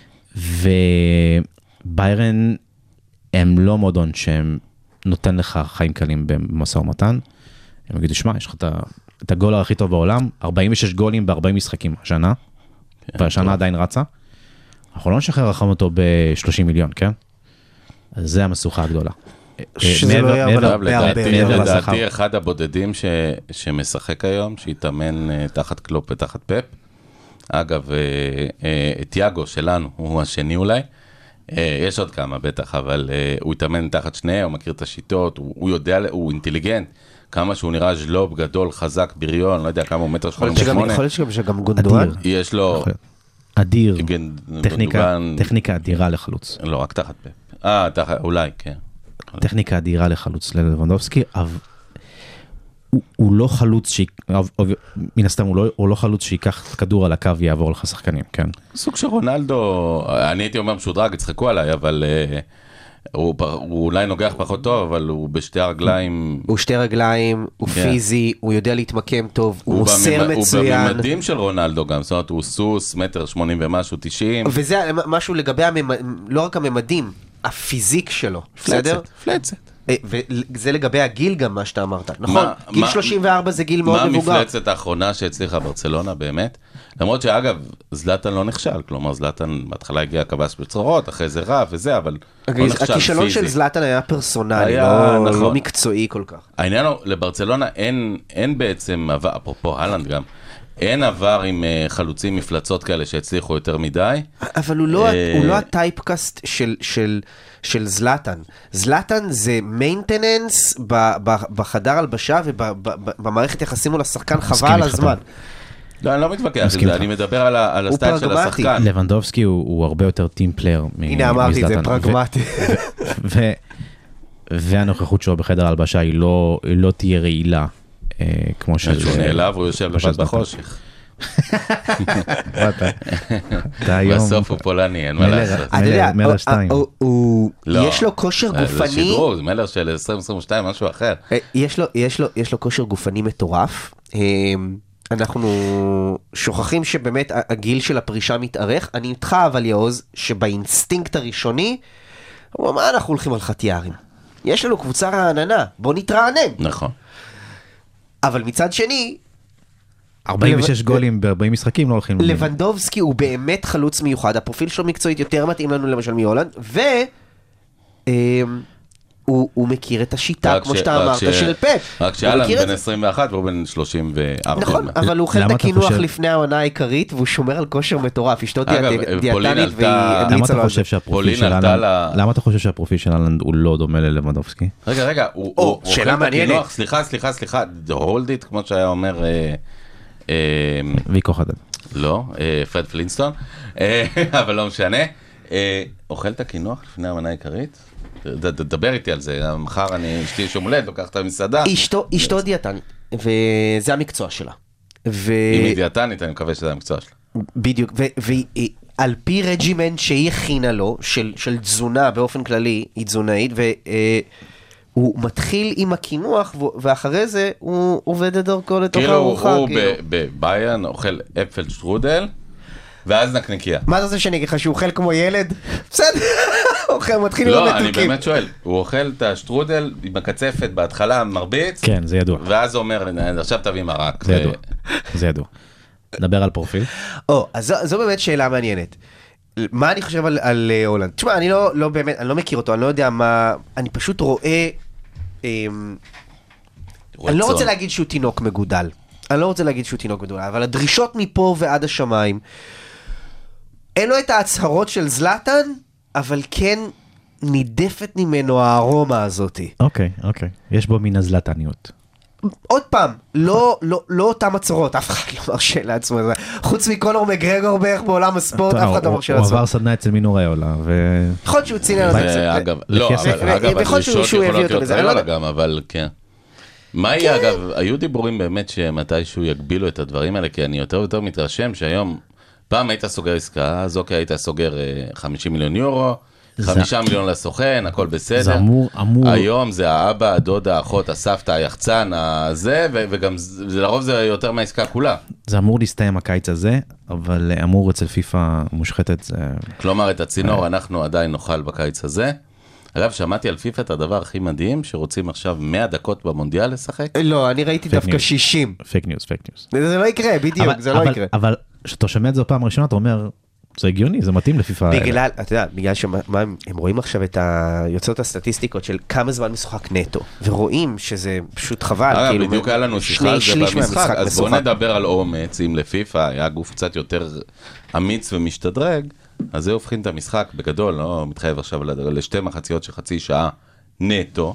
וביירן הם לא מועדון שהם נותן לך חיים קלים במשא ומתן, הם יגידו, שמע, יש לך את הגול הכי טוב בעולם, ארבעים ושש גולים ב-ארבעים משחקים השנה, והשנה עדיין רצה, אנחנו לא נשחרר לכם אותו ב-שלושים מיליון, כן? אז זה המסוכה הגדולה. שזה לא יהיה לדעתי אחד הבודדים שמשחק היום, שהתאמן תחת קלופ ותחת פפ. אגב, תיאגו שלנו הוא השני אולי. יש עוד כמה בטח, אבל הוא התאמן תחת שניהם, הוא מכיר את השיטות, הוא יודע, הוא אינטליגנט. כמה שהוא נראה ז'לוב, גדול, חזק, בריון, לא יודע כמה הוא מטר שמונים ושמונה. יכול להיות שגם גונדואן. יש לו... אדיר, טכניקה אדירה לחלוץ. לא, רק תחת פפ. אה, אולי, כן. טכניקה אדירה לחלוץ ללבנדובסקי, אבל הוא לא חלוץ, מן הסתם הוא לא חלוץ שיקח כדור על הקו ויעבור לך שחקנים, כן? סוג של רונלדו, אני הייתי אומר משודרג, יצחקו עליי, אבל הוא אולי נוגח פחות טוב, אבל הוא בשתי הרגליים... הוא שתי רגליים, הוא פיזי, הוא יודע להתמקם טוב, הוא מוסר מצוין. הוא בממדים של רונלדו גם, זאת אומרת, הוא סוס, מטר שמונים ומשהו, תשעים. וזה משהו לגבי, לא רק הממדים, הפיזיק שלו, בסדר? פלצת. וזה לגבי הגיל גם מה שאתה אמרת, נכון? גיל שלושים וארבע זה גיל מאוד מבוגר. מה המפלצת האחרונה שהצליחה ברצלונה באמת? למרות שאגב, זלאטן לא נכשל, כלומר זלאטן בהתחלה הגיע כבש בצרורות, אחרי זה רע וזה, אבל לא נכשל פיזי. הכישלון של זלאטן היה פרסונלי, לא מקצועי כל כך. העניין הוא, לברצלונה אין בעצם, אפרופו הלנד גם, אין עבר עם חלוצים מפלצות כאלה שהצליחו יותר מדי. אבל הוא לא הטייפקאסט של זלאטן. זלאטן זה מיינטננס בחדר הלבשה ובמערכת יחסים מול השחקן חבל על הזמן. לא, אני לא מתווכח, אני מדבר על הסטייל של השחקן. לבנדובסקי הוא הרבה יותר טים פלייר מזלאטן. הנה אמרתי, זה פרגמטי. והנוכחות שלו בחדר ההלבשה היא לא תהיה רעילה. כמו של... שהוא נעלב, הוא יושב לבד בחושך. בסוף הוא פולני, אין מה לעשות. מלר שתיים. יש לו כושר גופני... זה שדרוג, זה מלר של עשרים עשרים ושתיים, משהו אחר. יש לו כושר גופני מטורף. אנחנו שוכחים שבאמת הגיל של הפרישה מתארך. אני איתך אבל יעוז, שבאינסטינקט הראשוני, הוא אמר, אנחנו הולכים על חתיארים. יש לנו קבוצה רעננה, בוא נתרענן. נכון. אבל מצד שני, ארבעים ושש גולים ב-ארבעים משחקים לא הולכים. לבנדובסקי הוא באמת חלוץ מיוחד, הפרופיל שלו מקצועית יותר מתאים לנו למשל מהולנד, והוא מכיר את השיטה, כמו שאתה אמרת, של פפ. רק שאלן בן עשרים ואחת והוא בן שלושים וארבע. נכון, אבל הוא אוכל את הקינוח לפני העונה העיקרית, והוא שומר על כושר מטורף, אשתו דיאטנית והיא המליצה לו על זה. למה אתה חושב שהפרופיל של הלנד הוא לא דומה ללבנדובסקי? רגע, רגע, הוא אוכל את הקינוח, סליחה, סליחה, סליחה, hold it, כמו שהיה אומר... ויקו חדד. לא, פרד פלינסטון, אבל לא משנה. אוכל את הקינוח לפני המנה העיקרית? דבר איתי על זה, מחר אני אשתי שומלד, לוקח את המסעדה. אשתו דיאטנית, וזה המקצוע שלה. אם היא דיאטנית, אני מקווה שזה המקצוע שלה. בדיוק, ועל פי רג'ימנט שהיא הכינה לו, של, של תזונה באופן כללי, היא תזונאית, והוא מתחיל עם הקינוח, ואחרי זה הוא עובד את דרכו לתוך הארוחה. כאילו הוא בביין אוכל אפל שטרודל, ואז נקניקיה. מה אתה רוצה שאני אגיד לך, שהוא אוכל כמו ילד? בסדר, אוכל, מתחיל עם לא, המתוקים. אני באמת שואל, הוא אוכל את השטרודל עם הקצפת בהתחלה, מרביץ, כן, זה ידוע. ואז הוא אומר, עכשיו תביא מרק. זה ידוע, זה ידוע. נדבר על פרופיל. או, אז זו, זו באמת שאלה מעניינת. מה אני חושב על, על uh, הולנד? תשמע, אני לא, לא באמת, אני לא מכיר אותו, אני לא יודע מה, אני פשוט רואה, אמ, אני לא רוצה להגיד שהוא תינוק מגודל. אני לא רוצה להגיד שהוא תינוק מגודל, אבל הדרישות מפה ועד השמיים, אין לו את ההצהרות של זלאטן, אבל כן נידפת ממנו הארומה הזאת. אוקיי, אוקיי. יש בו מן הזלטניות. עוד פעם, לא, לא, לא אותם הצהרות, אף אחד לא מרשה לעצמו. חוץ מקונור מגרגור בערך בעולם הספורט, אף אחד לא מרשה לעצמו. הוא עבר סדנה אצל מינור איולה, ו... יכול להיות שהוא ציין על זה. אגב, לא, אגב, הדרישות יכולות להיות כאלה גם, אבל כן. מה יהיה, אגב, היו דיבורים באמת שמתישהו יגבילו את הדברים האלה, כי אני יותר ויותר מתרשם שהיום, פעם היית סוגר עסקה, אז אוקיי, היית סוגר חמישים מיליון יורו, חמישה מיליון לסוכן, הכל בסדר. זה אמור, אמור. היום זה האבא, הדודה, האחות, הסבתא, היחצן, הזה, וגם זה לרוב זה יותר מהעסקה כולה. זה אמור להסתיים הקיץ הזה, אבל אמור אצל פיפה מושחתת זה... כלומר, את הצינור אנחנו עדיין נאכל בקיץ הזה. אגב, שמעתי על פיפה את הדבר הכי מדהים, שרוצים עכשיו מאה דקות במונדיאל לשחק. לא, אני ראיתי דווקא שישים. פייק ניוז, פייק ניוז. זה לא יקרה, בדיוק, זה לא יקרה. אבל כשאתה שומע את זה בפעם הראשונה, אתה אומר... זה הגיוני, זה מתאים לפיפה. בגלל, אתה יודע, בגלל שמה, הם רואים עכשיו את היוצאות הסטטיסטיקות של כמה זמן משוחק נטו, ורואים שזה פשוט חבל. אגב, כאילו, בדיוק היה לנו שיחה על זה במשחק, אז בואו נדבר על אומץ, אם לפיפה היה גוף קצת יותר אמיץ ומשתדרג, אז זה הופכים את המשחק בגדול, לא מתחייב עכשיו לשתי מחציות של חצי שעה נטו,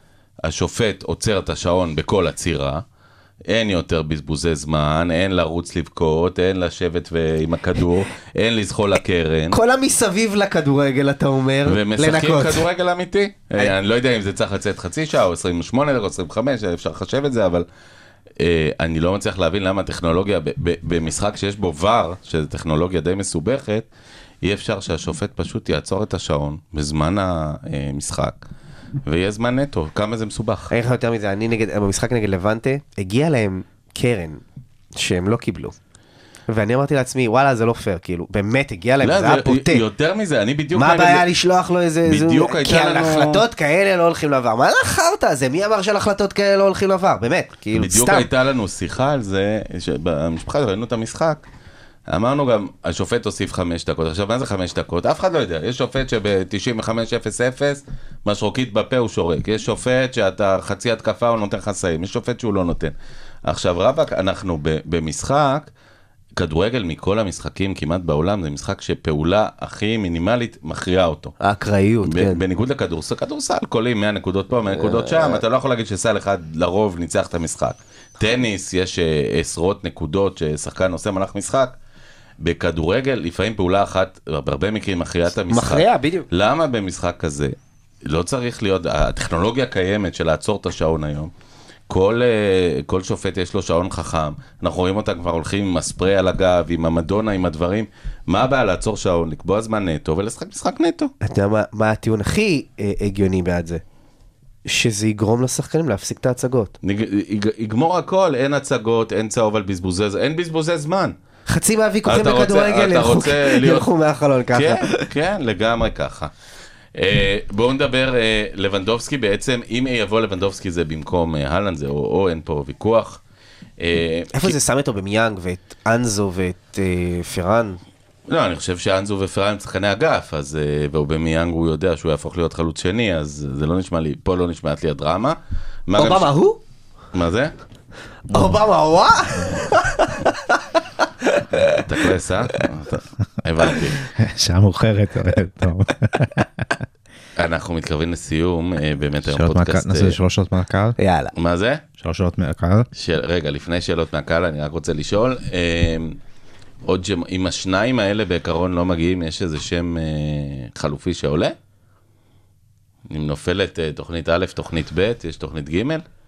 השופט עוצר את השעון בכל הצירה, אין יותר בזבוזי זמן, אין לרוץ לבכות, אין לשבת עם הכדור, אין לזחול לקרן. כל המסביב לכדורגל, אתה אומר, לנקות. ומשחקים כדורגל אמיתי. אני לא יודע אם זה צריך לצאת חצי שעה, או עשרים ושמונה דקות, עשרים וחמש, אפשר לחשב את זה, אבל אני לא מצליח להבין למה הטכנולוגיה, במשחק שיש בו ור, שזו טכנולוגיה די מסובכת, אי אפשר שהשופט פשוט יעצור את השעון בזמן המשחק. ויהיה זמן נטו, כמה זה מסובך. איך יותר מזה, אני נגד, במשחק נגד לבנטה, הגיע להם קרן שהם לא קיבלו. ואני אמרתי לעצמי, וואלה, זה לא פייר, כאילו, באמת הגיע להם, זה היה פוטה. יותר מזה, אני בדיוק... מה הבעיה לשלוח לו איזה... בדיוק הייתה לנו... כי על החלטות כאלה לא הולכים לעבר. מה לחרת הזה? מי אמר שעל החלטות כאלה לא הולכים לעבר? באמת, כאילו, סתם. בדיוק הייתה לנו שיחה על זה, במשפחה ראינו את המשחק, אמרנו גם, השופט הוסיף חמש דקות. עכשיו, מה זה חמש דקות? אף אחד לא יודע. יש שופט שב-תשעים וחמש אפס אפס, משרוקית בפה הוא שורק. יש שופט שאתה חצי התקפה, הוא נותן חסאים. יש שופט שהוא לא נותן. עכשיו, רבק, אנחנו במשחק, כדורגל מכל המשחקים כמעט בעולם, זה משחק שפעולה הכי מינימלית מכריעה אותו. האקראיות, כן. בניגוד לכדורסל, כדורסל, קולים מאה נקודות פה, מאה נקודות שם, אתה לא יכול להגיד שסל אחד לרוב ניצח את המשחק. טניס, יש עשרות נקודות ששחקן עושה מלך משחק, בכדורגל, לפעמים פעולה אחת, בהרבה מקרים מכריעה את המשחק. מכריעה, בדיוק. למה במשחק כזה? לא צריך להיות, הטכנולוגיה קיימת של לעצור את השעון היום. כל, כל שופט יש לו שעון חכם. אנחנו רואים אותה כבר הולכים עם הספרי על הגב, עם המדונה, עם הדברים. מה הבעיה לעצור שעון, לקבוע זמן נטו ולשחק משחק נטו? אתה יודע מה, מה הטיעון הכי הגיוני בעד זה? שזה יגרום לשחקנים להפסיק את ההצגות. יגמור הכל, אין הצגות, אין צהוב על בזבוזי, אין בזבוזי זמן. חצי מהוויכוחים בכדורגל ילכו מהחלון ככה. כן, כן, לגמרי ככה. בואו נדבר, לבנדובסקי בעצם, אם יבוא לבנדובסקי זה במקום הלנד, זה או אין פה ויכוח. איפה זה שם אותו במיאנג ואת אנזו ואת פרן? לא, אני חושב שאנזו ופרן הם שחקני אגף, אז במיאנג הוא יודע שהוא יהפוך להיות חלוץ שני, אז זה לא נשמע לי, פה לא נשמעת לי הדרמה. אובמה הוא? מה זה? אובמה הוא? תקלס, אה? הבנתי. שעה מאוחרת, טוב. אנחנו מתקרבים לסיום, באמת היום פודקאסט... נעשה שלוש שעות מהקהל? יאללה. מה זה? שלוש שעות מהקהל? רגע, לפני שאלות מהקהל, אני רק רוצה לשאול, עוד אם השניים האלה בעיקרון לא מגיעים, יש איזה שם חלופי שעולה? אם נופלת תוכנית א', תוכנית ב', יש תוכנית ג'?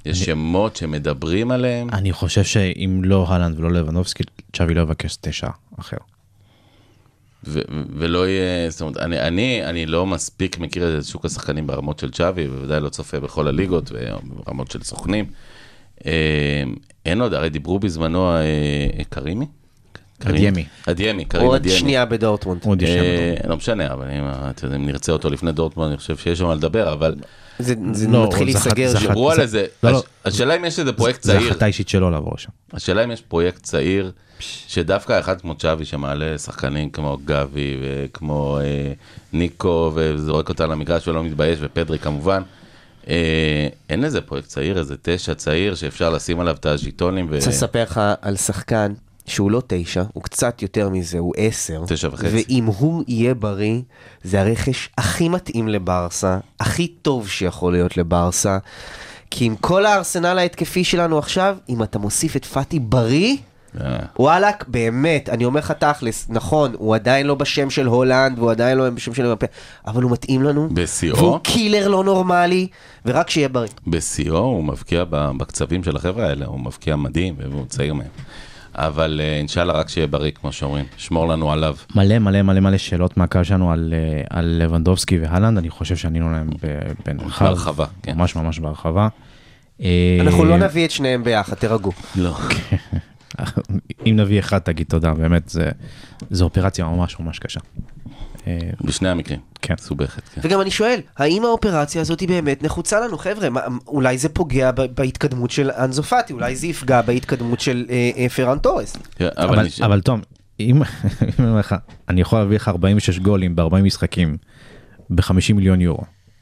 יש שמות שמדברים עליהם. אני חושב שאם לא הלנד ולא לבנובסקי, צ'אבי לא יבקש תשע אחר. ו- ולא יהיה, זאת אומרת, אני, אני, אני לא מספיק מכיר את שוק השחקנים ברמות של צ'אבי, ובוודאי לא צופה בכל הליגות וברמות של סוכנים. אין עוד, הרי דיברו בזמנו קרימי? אדיאמי. אדיאמי, קרים עוד אדיאמי. שנייה בדורטמונד. עוד שנייה בדורטמונד. לא משנה, אבל אם נרצה אותו לפני דורטמונד, אני חושב שיש שם מה לדבר, אבל... זה זה לא, מתחיל זה להיסגר. חד- שם. דיברו על איזה... לא, לא. השאלה אם יש איזה פרויקט זה צעיר. החלטה אישית שלו לעבור שם. השאלה אם יש פרויקט צעיר, שדווקא אחד כמו צ'אבי, שמעלה שחקנים כמו גבי, וכמו אה, ניקו, וזורק אותה למגרש ולא מתבייש, ופדרי כמובן, אה, אין איזה פרויקט צעיר, איזה תשע צעיר, שאפשר לשים עליו את הז'יטונים, ו... רוצה לספר לך על שחקן שהוא לא תשע, הוא קצת יותר מזה, הוא עשר. תשע וחצי. ואם הוא יהיה בריא, זה הרכש הכי מתאים לברסה, הכי טוב שיכול להיות לברסה, כי עם כל הארסנל ההתקפי שלנו עכשיו, אם אתה מוסיף את פאטי בריא, אה. וואלק, באמת, אני אומר לך תכלס, נכון, הוא עדיין לא בשם של הולנד, והוא עדיין לא בשם של אמבפה, אבל הוא מתאים לנו, בשיאו? והוא קילר לא נורמלי, ורק שיהיה בריא. בשיאו הוא מבקיע בקצבים של החבר'ה האלה, הוא מבקיע מדהים, והוא צעיר מהם. אבל אה, אינשאללה רק שיהיה בריא, כמו שאומרים, שמור לנו עליו. מלא מלא מלא מלא שאלות מהקהל שלנו על, אה, על לבנדובסקי והלנד, אני חושב שענינו להם ב- בנרחב. בהרחבה, כן. ממש ממש בהרחבה. אה, אנחנו לא נביא את שניהם ביחד, תרגעו. לא. אם נביא אחד תגיד תודה, באמת זה, זו אופרציה ממש ממש קשה. אה, בשני המקרים. כן. סובכת, כן. וגם אני שואל, האם האופרציה הזאת היא באמת נחוצה לנו, חבר'ה? מה, אולי זה פוגע ב- בהתקדמות של אנזו פאטי, אולי זה יפגע בהתקדמות של אה, אה, פרן תורס. כן, אבל אבל, אני... אבל תום, אם, אם אני אומר לך, אני יכול להביא לך ארבעים ושש גולים ב-ארבעים משחקים ב-חמישים מיליון יורו.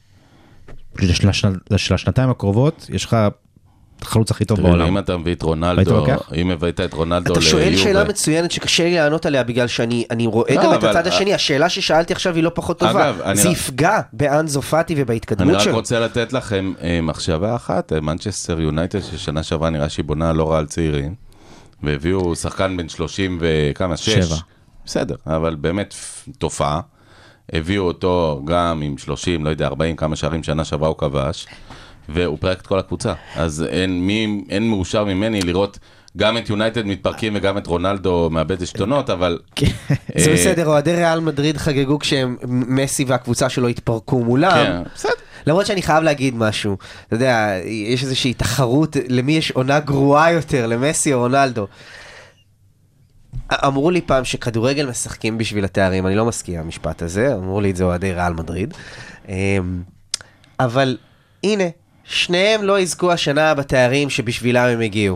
לשנתיים הקרובות יש לך החלוץ הכי טוב תראה, בעולם. אם אתה מביא את היית רונלדו, לוקח? אם הבאת את רונלדו אתה שואל ליובה- שאלה מצוינת שקשה לי לענות עליה, בגלל שאני אני רואה לא, גם את אבל- הצד השני, השאלה ששאלתי עכשיו היא לא פחות טובה. אגב, אני זה רק- יפגע באנזו פאטי אני ובהתקדמות רק שלו. רוצה לתת לכם אה, מחשבה אחת, מנצ'סטר יונייטד ששנה שעברה נראה שהיא בונה לא רע על צעירים, והביאו שחקן בן שלושים וכמה, שש. שבע. בסדר, אבל באמת תופעה. הביאו אותו גם עם שלושים, לא יודע, ארבעים כמה שערים שנה שעברה הוא כבש, והוא פרק את כל הקבוצה. אז אין, מי, אין מאושר ממני לראות גם את יונייטד מתפרקים וגם את רונלדו מאבד עשתונות, אבל... זה אה, בסדר, אוהדי ריאל מדריד חגגו כשהם מסי והקבוצה שלו התפרקו מולם. כן, בסדר. למרות שאני חייב להגיד משהו, אתה יודע, יש איזושהי תחרות, למי יש עונה גרועה יותר, למסי או רונלדו. אמרו לי פעם שכדורגל משחקים בשביל התארים, אני לא מסכים המשפט הזה, אמרו לי את זה אוהדי ריאל מדריד. אבל הנה, שניהם לא יזכו השנה בתארים שבשבילם הם הגיעו.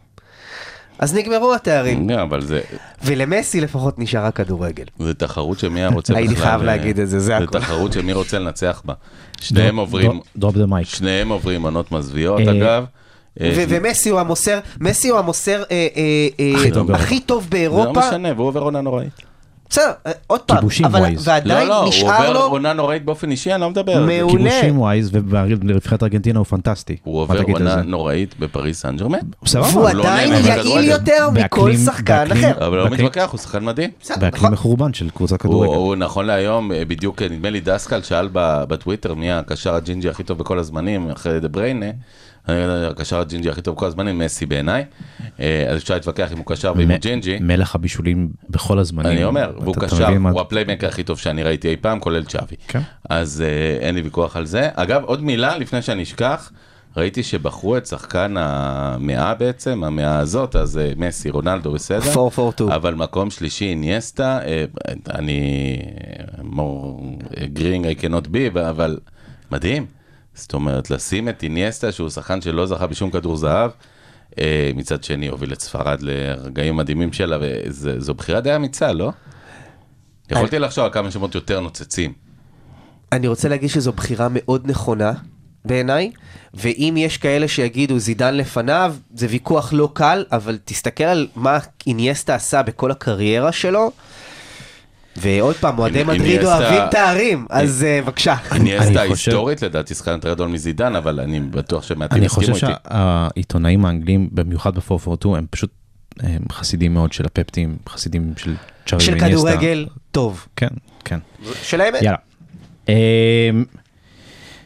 אז נגמרו התארים, כן, אבל זה... ולמסי לפחות נשאר הכדורגל. זה תחרות שמי רוצה בכלל... הייתי חייב להגיד את זה, זה זה הכל. תחרות שמי רוצה לנצח בה. שניהם עוברים... דרופ דה מייק. שניהם עוברים עונות מזוויעות, אה, אגב. אה, ו- ומסי הוא המוסר, מסי הוא המוסר אה, אה, אה, הכי טוב באירופה. הכי טוב זה באירופה. לא משנה, והוא עובר עונה נוראית. בסדר, אה, עוד פעם, כיבושים אבל ווייז. לא, ועדיין לא, הוא נשאר עובר לו, עונה נוראית באופן אישי, אני לא מדבר. מעולה. כיבושים ווייז, ולנבחרת ארגנטינה הוא פנטסטי. הוא מה עובר תגיד על עונה זה? נוראית בפריס סן ז'רמן. סבבה. והוא לא עדיין נהנה יעיל בכדורגל. יותר מכל באקלים- שחקן באקלים- אחר. אבל לא באקלים- מתווכח, הוא שחקן מדהים. בסדר, באקלים נכון. מחורבן של קבוצת הוא, כדורגל. הוא נכון להיום, בדיוק נדמה לי דסקל שאל ב- בטוויטר מי הקשר הג'ינג'י הכי טוב בכל הזמנים, אחרי דה בריינה, הקשר הג'ינג'י הכי טוב בכל הזמנים, מסי בעיניי. אה, אז אפשר להתווכח אם הוא קשר ואם הוא מ- ג'ינג'י. מלך הבישולים בכל הזמנים. אני אומר, אתה- והוא אתה קשר, מבין מה- הוא הפליימקר הכי טוב שאני ראיתי אי פעם, כולל צ'אבי. כן. אז אה, אין לי ויכוח על זה. אגב, עוד מילה לפני שאני אשכח, ראיתי שבחרו את שחקן המאה בעצם, המאה הזאת, אז אה, מסי, רונלדו, בסדר? ארבע ארבע שתיים. אבל מקום שלישי, אינייסטה, אה, אני, more agreeing I cannot be, אבל מדהים. זאת אומרת, לשים את אינייסטה, שהוא שחקן שלא זכה בשום כדור זהב, אה, מצד שני הוביל את ספרד לרגעים מדהימים שלה, וזו בחירה די אמיצה, לא? יכולתי לחשוב על כמה שמות יותר נוצצים. אני רוצה להגיד שזו בחירה מאוד נכונה בעיניי, ואם יש כאלה שיגידו זידן לפניו, זה ויכוח לא קל, אבל תסתכל על מה אינייסטה עשה בכל הקריירה שלו, ועוד פעם, אוהדי מדריד אינייסטה- אוהבים תארים, אז אה, בבקשה. אינייסטה אני חושב- היסטורית, לדעתי שחקן יותר גדול מזידן, אבל אני בטוח שמעטים אני יסכימו חושב איתי. שהעיתונאים האנגלים, במיוחד ב-פור פור טו, הם פשוט הם חסידים מאוד של הפפטים, חסידים של צ'אבי של ואינייסטה. כדורגל טוב. כן, כן. של האמת. יאללה. אמ,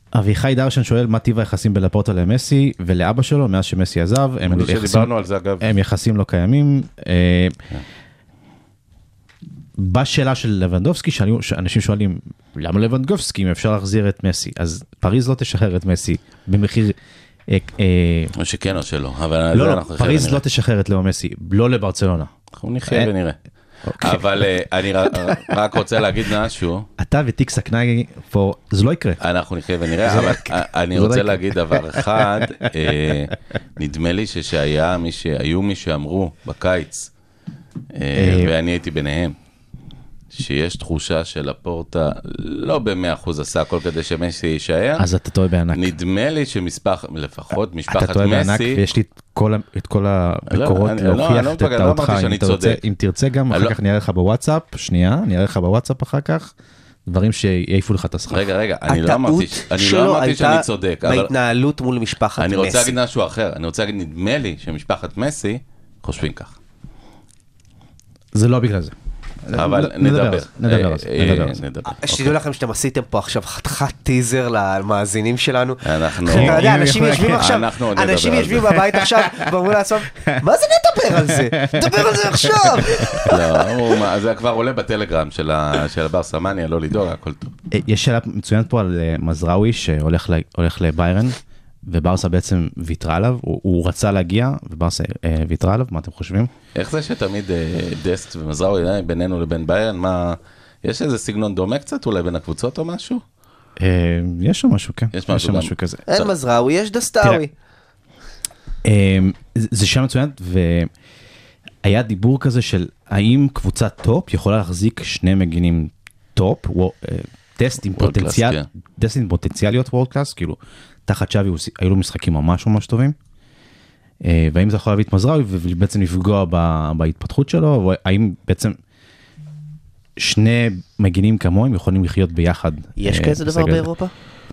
אביחי דרשן שואל מה טיב היחסים בין לפורטה למסי ולאבא שלו מאז שמסי עזב. הם אני יחסים- שדיברנו על זה אגב. הם יחסים לא קיימים. אה, בשאלה של לבנדובסקי, שאלו- שאנשים שואלים, למה לבנדובסקי אם אפשר להחזיר את מסי? אז פריז לא תשחרר את מסי במחיר... אה, אה, או שכן או שלא, אבל על לא, זה לא, אנחנו נחיה פריז ונראה. לא תשחרר את לאו מסי, לא לברצלונה. אנחנו נחיה אה, ונראה. אוקיי. אבל אה, אני ר- רק רוצה להגיד משהו, אתה וטיק סכנאי פה, זה לא יקרה. אנחנו נחיה ונראה, אבל אני זה לא רוצה יקרה. להגיד דבר אחד, אה, נדמה לי ששהיה מי שהיו מי שאמרו בקיץ, אה, אה, ואני הייתי ביניהם, שיש תחושה של הפורטה לא במאה אחוז עשה הכל כדי שמסי יישאר, אז אתה טועה בענק. נדמה לי שמספח, לפחות אתה משפחת טועה בענק, מסי, ויש לי את כל ה- את כל הביקורות אני- לא, להוכיח אני לא את מפגר, לא טעותך. אמרתי אם שאני אתה רוצה- צודק. אם תרצה גם, אני אחר לא- כך אני אראה לך בוואטסאפ, שנייה, אני אראה לך בוואטסאפ אחר כך, דברים שיעיפו לך את הסכך. רגע, רגע, אני לא אמרתי, ש- אני שלו לא אמרתי הייתה שאני צודק, אבל בהתנהלות מול משפחת אני מסי. רוצה להגיד משהו אחר, אני רוצה להגיד, נדמה לי שמשפחת מסי חושבים כך. זה לא בגלל זה. אבל נ- נדבר נדבר. על זה, נדבר על זה, אה, נדבר אה, על זה. נדבר. שתדעו לכם שאתם עשיתם פה עכשיו חתיכת טיזר למאזינים שלנו. אנחנו... אתה יודע, אם אנשים יכול- יושבים עכשיו, אנחנו עוד נדבר אנשים על יושבים זה. בבית עכשיו, ואומרים לעצמם, מה זה נדבר על זה? נדבר על זה עכשיו! לא, הוא- מה, זה כבר עולה בטלגרם של ה- של הבר סמניה, לא לדאוג, הכל טוב. אה, יש שאלה מצוינת פה על אה, מזראוי שהולך ל- הולך לביירן, וברסה בעצם ויתרה עליו, הוא הוא רצה להגיע, וברסה אה, ויתרה עליו, מה אתם חושבים? איך זה שתמיד אה, דסט ומזראוי אה, בינינו לבין ביירן, מה... יש איזה סגנון דומה קצת אולי בין הקבוצות או משהו? אה, יש שם משהו, כן. יש משהו שם גם. משהו כזה. אין מזראוי, יש דסטאווי. אה, זה זה שאלה מצוינת, והיה דיבור כזה של האם קבוצת טופ יכולה להחזיק שני מגינים טופ, וו- אה, דסט עם World פוטנציאל, class, דסט עם פוטנציאליות וורד קלאס, כאילו, תחת שווי הוא- היו לו משחקים ממש ממש טובים. אה, והאם זה יכול להביא את מזראוי ובעצם לפגוע ב- בהתפתחות שלו, והאם בעצם שני מגינים כמוהם יכולים לחיות ביחד. יש אה, כזה דבר בסגל. באירופה?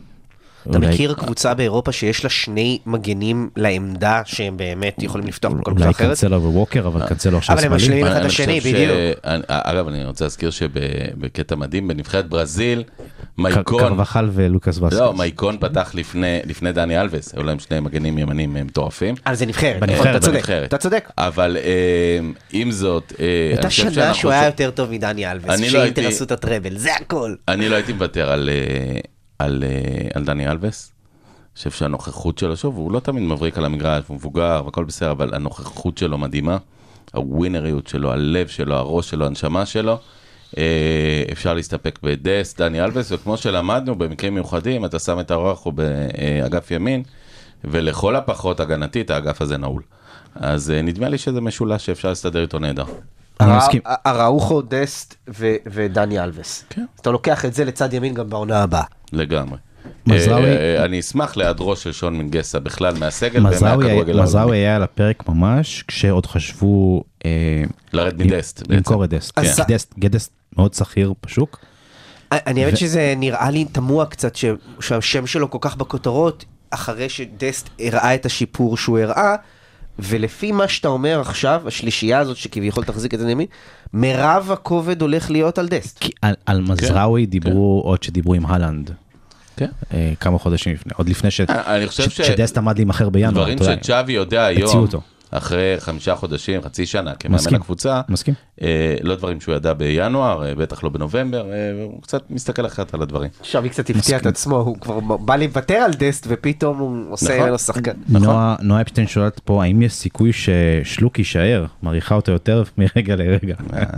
אתה אולי- מכיר קבוצה באירופה שיש לה שני מגנים לעמדה שהם באמת יכולים לפתוח בכל קבוצה אולי אחרת? קנצלו וווקר, אבל קנצלו עכשיו אבל הם שמאלי. משלימים אחד את אני השני, חושב ש- בדיוק. אני- אגב, אני רוצה להזכיר שבקטע מדהים, בנבחרת ברזיל, מייקון, קרבחל ולוקאס וסקס. לא, מייקון פתח לפני, לפני דני אלווס, היו להם שני מגנים ימנים אה, מטורפים. אה, זה נבחרת, בנבחרת, נכון, אתה צודק, בנבחרת. אתה צודק. אבל אה, עם זאת, אה, הייתה אני חושב שנה שאנחנו שהוא היה ש- יותר טוב מדני אלווס, אני לא שאינטר הייתי- עשו את הטראבל, זה הכל. אני לא הייתי מוותר על, אה, על, אה, על דני אלווס. אני חושב שהנוכחות שלו, שוב, הוא לא תמיד מבריק על המגרש, הוא מבוגר והכל בסדר, אבל הנוכחות שלו מדהימה. הווינריות שלו, הלב שלו, הראש שלו, הנשמה שלו. אה, אפשר להסתפק בדס, דני אלווס, וכמו שלמדנו, במקרים מיוחדים, אתה שם את האורח הוא באגף ימין, ולכל הפחות הגנתית, האגף הזה נעול. אז אה, נדמה לי שזה משולש שאפשר להסתדר איתו נהדר. אני מסכים. הראוכו, דסט ו- ודני אלווס. כן. אתה לוקח את זה לצד ימין גם בעונה הבאה. לגמרי. מזראוי- אה, אה, אני אשמח להיעדרו של שון מנגסה בכלל מהסגל מזראוי ומהכדורגל מזראוי העולמי. היה על הפרק ממש, כשעוד חשבו אה, לרד מדסט. בעצם. למכור את דסט. אז- כי דסט- דסט מאוד שכיר בשוק. אני האמת שזה נראה לי תמוה קצת ש- שהשם שלו כל כך בכותרות, אחרי שדסט הראה את השיפור שהוא הראה, ולפי מה שאתה אומר עכשיו, השלישייה הזאת שכביכול תחזיק את זה ימין, מרב הכובד הולך להיות על דסט. כי על- על מזראוי דיברו עוד שדיברו עם הלנד. כן. אה, כמה חודשים לפני, עוד לפני ש- אני חושב ש- ש- שדסט עמד להימכר בינואר. דברים אתה יודע. שצ'אבי יודע הציעו היום, אותו. אחרי חמישה חודשים, חצי שנה, כמאמן מסכים, הקבוצה, מסכים. אה, לא דברים שהוא ידע בינואר, אה, בטח לא בנובמבר, אה, הוא קצת מסתכל אחרת על הדברים. שווי קצת הפתיע את עצמו, הוא כבר בא להיוותר על דסט, ופתאום הוא עושה נכון. ממנו שחקן. נועה נועה אפשטיין שואלת פה, האם יש סיכוי ששלוק יישאר? מעריכה אותו יותר מרגע לרגע.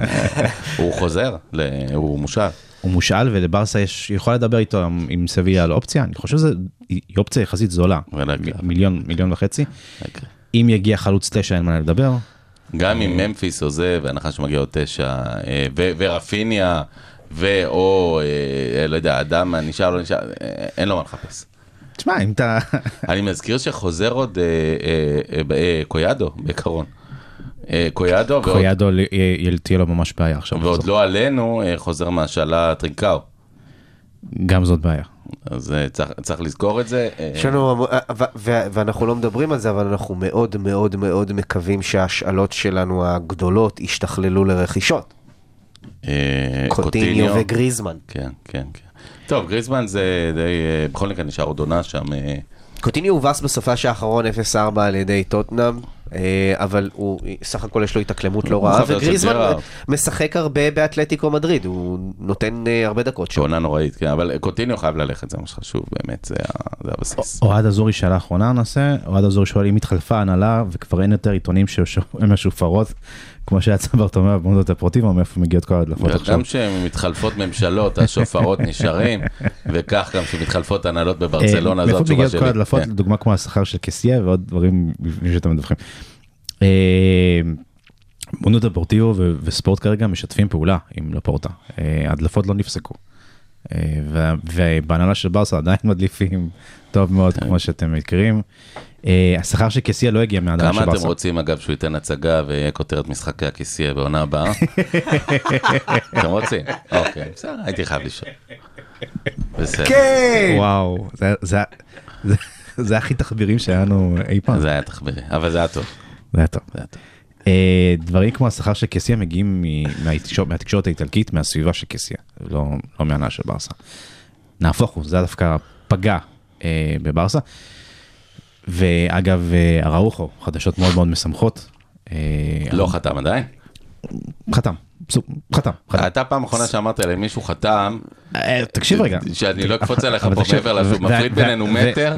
הוא חוזר, ל- הוא מושל. הוא מושאל ולברסה יש, יכול לדבר איתו עם- עם סביליה על אופציה, אני חושב שזו היא אופציה יחסית זולה, ולהגיד. מ- מיליון, מיליון וחצי. אם יגיע חלוץ תשע אין מה לדבר. גם אם ממפיס עוזב, בהנחה שמגיע עוד תשע, אה, ו- ורפיניה, ואו, אה, לא יודע, אדם נשאר, לא נשאר, אה, אין לו מה לחפש. תשמע, אם אתה... אני מזכיר שחוזר עוד אה, אה, אה, אה, קויאדו, בעיקרון. אה, קויאדו, ועוד- קויאדו ל- יה- תהיה לו ממש בעיה עכשיו. ועוד לחזור. לא עלינו, אה, חוזר מהשאלה טרינקאו. גם זאת בעיה. אז אה, צריך, צריך לזכור את זה. אה, יש לנו, ו- ו- ואנחנו לא מדברים על זה, אבל אנחנו מאוד מאוד מאוד מקווים שההשאלות שלנו הגדולות ישתכללו לרכישות. קוטיניו וגריזמן. כן, כן, כן. טוב, גריזמן זה די, בכל מקרה נשאר עוד עונה שם. קוטיניו הובס בסופש האחרון אפס ארבע על ידי טוטנאם, אבל הוא, סך הכל יש לו התאקלמות לא רעה, וגריזמן משחק הרבה באתלטיקו מדריד, הוא נותן הרבה דקות שם. עונה נוראית, כן, אבל קוטיניו חייב ללכת, זה מה שחשוב, באמת, זה הבסיס. אוהד אזורי שאלה האחרונה נעשה, אוהד אזורי שואל אם התחלפה הנהלה, וכבר אין יותר עיתונים שהן משופרות, כמו שהיה צברת אומר, במונדות הפרוטיבה, מאיפה מגיעות כל ההדלפות עכשיו. גם שמתחלפות ממשלות, השופרות נשארים, וכך גם שמתחלפות הנהלות בברצלונה, זו התשובה שלי. מאיפה מגיעות כל ההדלפות, לדוגמה כמו השכר של קסיה, ועוד דברים שאתם מדווחים. מונדות הפרוטיבה וספורט כרגע משתפים פעולה עם לפורטה. ההדלפות לא נפסקו. ובהנהלה של ברסה עדיין מדליפים טוב מאוד, כמו שאתם מכירים. השכר של קסיה לא הגיע מההנהלה של ברסה. כמה אתם רוצים, אגב, שהוא ייתן הצגה ויהיה כותרת משחקי הקסיה בעונה הבאה? אתם רוצים? אוקיי, בסדר, הייתי חייב לשאול. בסדר. כן! וואו, זה הכי תחבירים שהיינו אי פעם. זה היה תחבירי, אבל זה היה טוב. זה היה טוב. דברים כמו השכר של קסיה מגיעים מהתקשורת האיטלקית, מהסביבה של קסיה, לא מההנהלה של ברסה. נהפוך הוא, זה דווקא פגע בברסה. ואגב, אראוחו, חדשות מאוד מאוד משמחות. לא חתם עדיין? חתם, חתם. הייתה פעם אחרונה שאמרת עליהם, מישהו חתם. תקשיב רגע. שאני לא אקפוץ עליך פה מעבר לזה, מפריד בינינו מטר.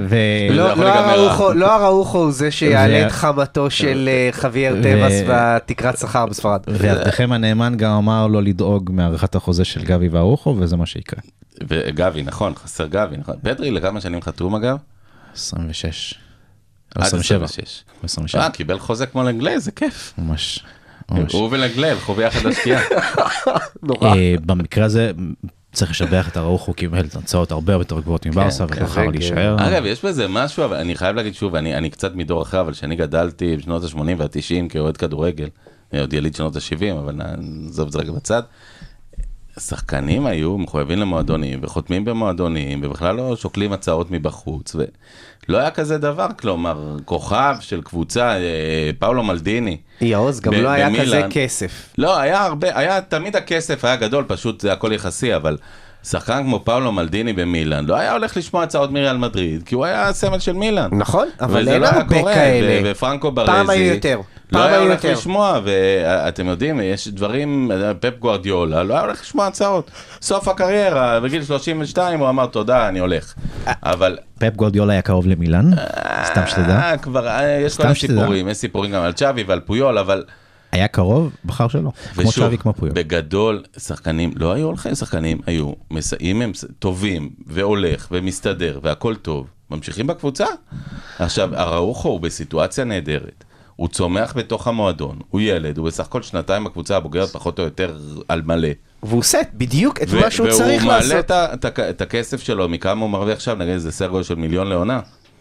לא אראוחו הוא זה שיעלה את חמתו של חוויאר טבעס בתקרת שכר בספרד. ועבדכם הנאמן גם אמר לו לדאוג מערכת החוזה של גבי ואראוחו, וזה מה שיקרה. וגבי, נכון, חסר גבי, נכון. פדרי, לכמה שנים חתום אגב? עשרים ושש. עשרים ושבע. אה, קיבל חוזה כמו לנגלי, זה כיף. ממש. הוא ולנגלי, הלכו ביחד לשקיעה. נורא. במקרה הזה צריך לשבח את אראוחו, קיבל תוצאות הרבה יותר גבוהות מברסה, ובחר להישאר. אגב, יש בזה משהו, אבל אני חייב להגיד שוב, אני קצת מדור אחר, אבל שאני גדלתי בשנות ה-שמונים וה-תשעים כאוהד כדורגל, אני עוד יליד שנות ה-שבעים, אבל נעזוב את זה רגע בצד. השחקנים היו מחויבים למועדונים וחותמים במועדונים ובכלל לא שוקלים הצעות מבחוץ ולא היה כזה דבר, כלומר כוכב של קבוצה, פאולו מלדיני יאוז, גם לא היה כזה כסף. לא, היה הרבה, היה תמיד הכסף היה גדול, פשוט זה הכל יחסי, אבל שחקן כמו פאולו מלדיני במילאן לא היה הולך לשמוע הצעות מריאל מדריד, כי הוא היה סמל של מילאן. נכון, אבל אין הרבה כאלה. ופרנקו ברזי פעם היו יותר. לא היה הולך לשמוע, ואתם יודעים, יש דברים, פפ גוארדיולה, לא היה הולך לשמוע הצעות. סוף הקריירה, בגיל שלושים ושתיים, הוא אמר, תודה, אני הולך. אבל... פפ גוארדיולה היה קרוב למילאן? סתם שתדע. כבר, יש כל סיפורים, יש סיפורים גם על צ'אבי ועל פויול, אבל... היה קרוב, בחר שלו. כמו צ'אבי, כמו פויול. בגדול, שחקנים, לא היו הולכים, שחקנים היו, מסעים הם טובים, והולך, ומסתדר, והכל טוב. ממשיכים בקבוצה? עכשיו, אראוחו הוא בסיטואציה נהדרת. הוא צומח בתוך המועדון, הוא ילד, הוא בסך הכל שנתיים בקבוצה הבוגרת פחות או יותר על מלא. והוא עושה בדיוק את מה שהוא צריך לעשות. והוא מעלה את הכסף שלו, מכמה הוא מרוויח עכשיו, נגיד זה סרגו של מיליון לעונה.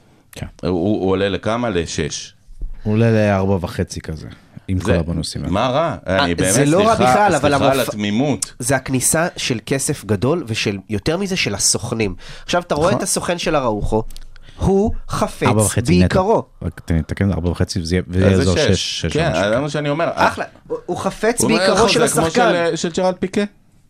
הוא עולה לכמה? לשש. הוא עולה לארבע וחצי כזה, עם כל הבונוסים. מה רע? אני באמת סליחה על התמימות. זה הכניסה של כסף גדול, ויותר מזה של הסוכנים. עכשיו אתה רואה את הסוכן של אראוחו, הוא חפץ בעיקרו. רק תתקן, ארבע וחצי, וזה יהיה זו שש. כן, זה מה שאני אומר. אחלה, הוא חפץ בעיקרו של השחקן. כמו של ג'רארד פיקה.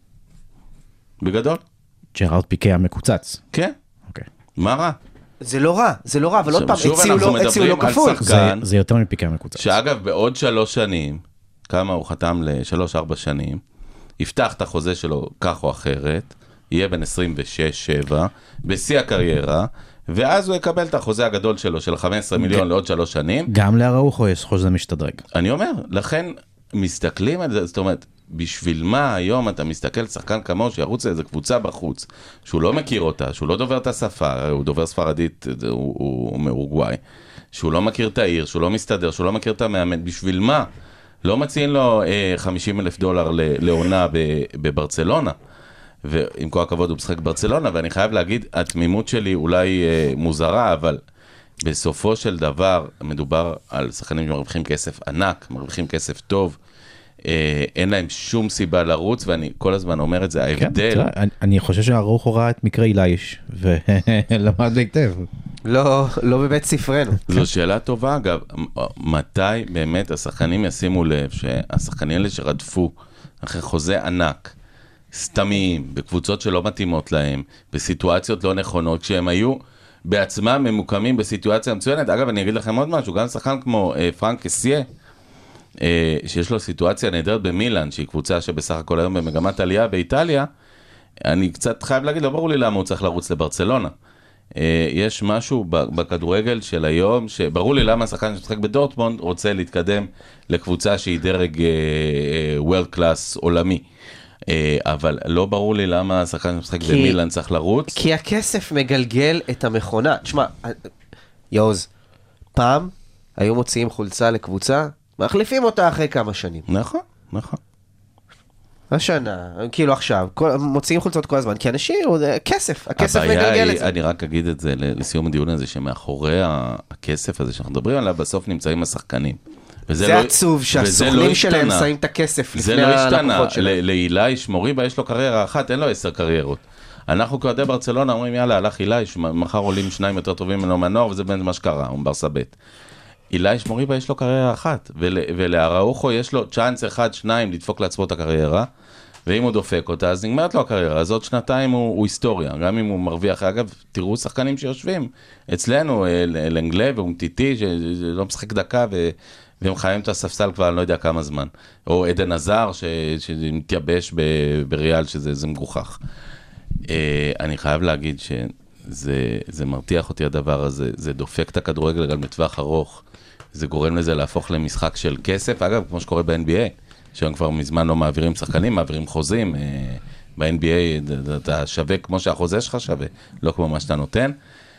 בגדול. ג'רארד פיקה המקוצץ. כן. אוקיי. מה רע? זה לא רע, זה לא רע, אבל עוד פעם, הציעו לו כפול. זה יותר מפיקה המקוצץ. שאגב, בעוד שלוש שנים, כמה הוא חתם לשלוש, ארבע שנים, יפתח את החוזה שלו כך או אחרת, יהיה בין עשרים ושש שבע, בשיא הקריירה, ואז הוא יקבל את החוזה הגדול שלו, של חמישה עשר מיליון לעוד שלוש שנים. גם לאראוחו יש חוזה משתדרג. אני אומר, לכן מסתכלים על זה, זאת אומרת, בשביל מה היום אתה מסתכל שחקן כמוהו שירוץ לאיזו קבוצה בחוץ, שהוא לא מכיר אותה, שהוא לא דובר את השפה, הוא דובר ספרדית, הוא, הוא מאורוגוואי, שהוא לא מכיר את העיר, שהוא לא מסתדר, שהוא לא מכיר את המאמן, בשביל מה? לא מציעים לו אה, חמישים אלף דולר לעונה בברצלונה. ועם כל הכבוד הוא משחק ברצלונה, ואני חייב להגיד, התמימות שלי אולי אה, מוזרה, אבל בסופו של דבר מדובר על שחקנים שמרוויחים כסף ענק, מרוויחים כסף טוב, אה, אין להם שום סיבה לרוץ, ואני כל הזמן אומר את זה, ההבדל... כן, תראה, אני חושב שהאראוחו ראה את מקרה אילייש, ולמד היטב. לא, לא בבית ספרנו. זו שאלה טובה, אגב, מתי באמת השחקנים ישימו לב שהשחקנים האלה שרדפו אחרי חוזה ענק, סתמיים, בקבוצות שלא מתאימות להם, בסיטואציות לא נכונות, כשהם היו בעצמם ממוקמים בסיטואציה מצוינת. אגב, אני אגיד לכם עוד משהו, גם שחקן כמו אה, פרנק קסיה, אה, שיש לו סיטואציה נהדרת במילאן, שהיא קבוצה שבסך הכל היום במגמת עלייה באיטליה, אני קצת חייב להגיד, לא ברור לי למה הוא צריך לרוץ לברצלונה. אה, יש משהו בכדורגל של היום, שברור לי למה השחקן שמשחק בדורטמונד רוצה להתקדם לקבוצה שהיא דרג אה, אה, world class עולמי. אבל לא ברור לי למה השחקן שמשחק במילאן צריך לרוץ. כי הכסף מגלגל את המכונה. תשמע, יעוז, פעם היו מוציאים חולצה לקבוצה, מחליפים אותה אחרי כמה שנים. נכון, נכון. השנה, כאילו עכשיו, כל, מוציאים חולצות כל הזמן, כי אנשים, כסף, הכסף מגלגל היא, את זה. אני רק אגיד את זה לסיום הדיון הזה, שמאחורי הכסף הזה שאנחנו מדברים עליו, בסוף נמצאים השחקנים. זה לא, עצוב שהסוכנים לא שלהם שמים את הכסף לפני לא הלקוחות שלהם. לאילי שמוריבה יש לו קריירה אחת, אין לו עשר קריירות. אנחנו כאוהדי ברצלונה אומרים, יאללה, הלך אילי, מחר עולים שניים יותר טובים ממנו מהנוער, וזה באמת מה שקרה, הוא ברסה ב'. אילי שמוריבה יש לו קריירה אחת, ול, ולאראוחו יש לו צ'אנס אחד, שניים, לדפוק לעצמו את הקריירה, ואם הוא דופק אותה, אז נגמרת לו הקריירה, אז עוד שנתיים הוא, הוא היסטוריה, גם אם הוא מרוויח. אגב, תראו שחקנים שיושבים אצלנו, לנגלה ומטיטי, שלא משחק דקה, ו... והם חיים את הספסל כבר, אני לא יודע כמה זמן. או עדן עזר, ש... שמתייבש ב... בריאל, שזה מגוחך. אני חייב להגיד שזה זה מרתיח אותי הדבר הזה, זה דופק את הכדורגל גם לטווח ארוך, זה גורם לזה להפוך למשחק של כסף, אגב, כמו שקורה ב-אן בי איי, שהם כבר מזמן לא מעבירים שחקנים, מעבירים חוזים, ב-אן בי איי אתה שווה כמו שהחוזה שלך שווה, לא כמו מה שאתה נותן.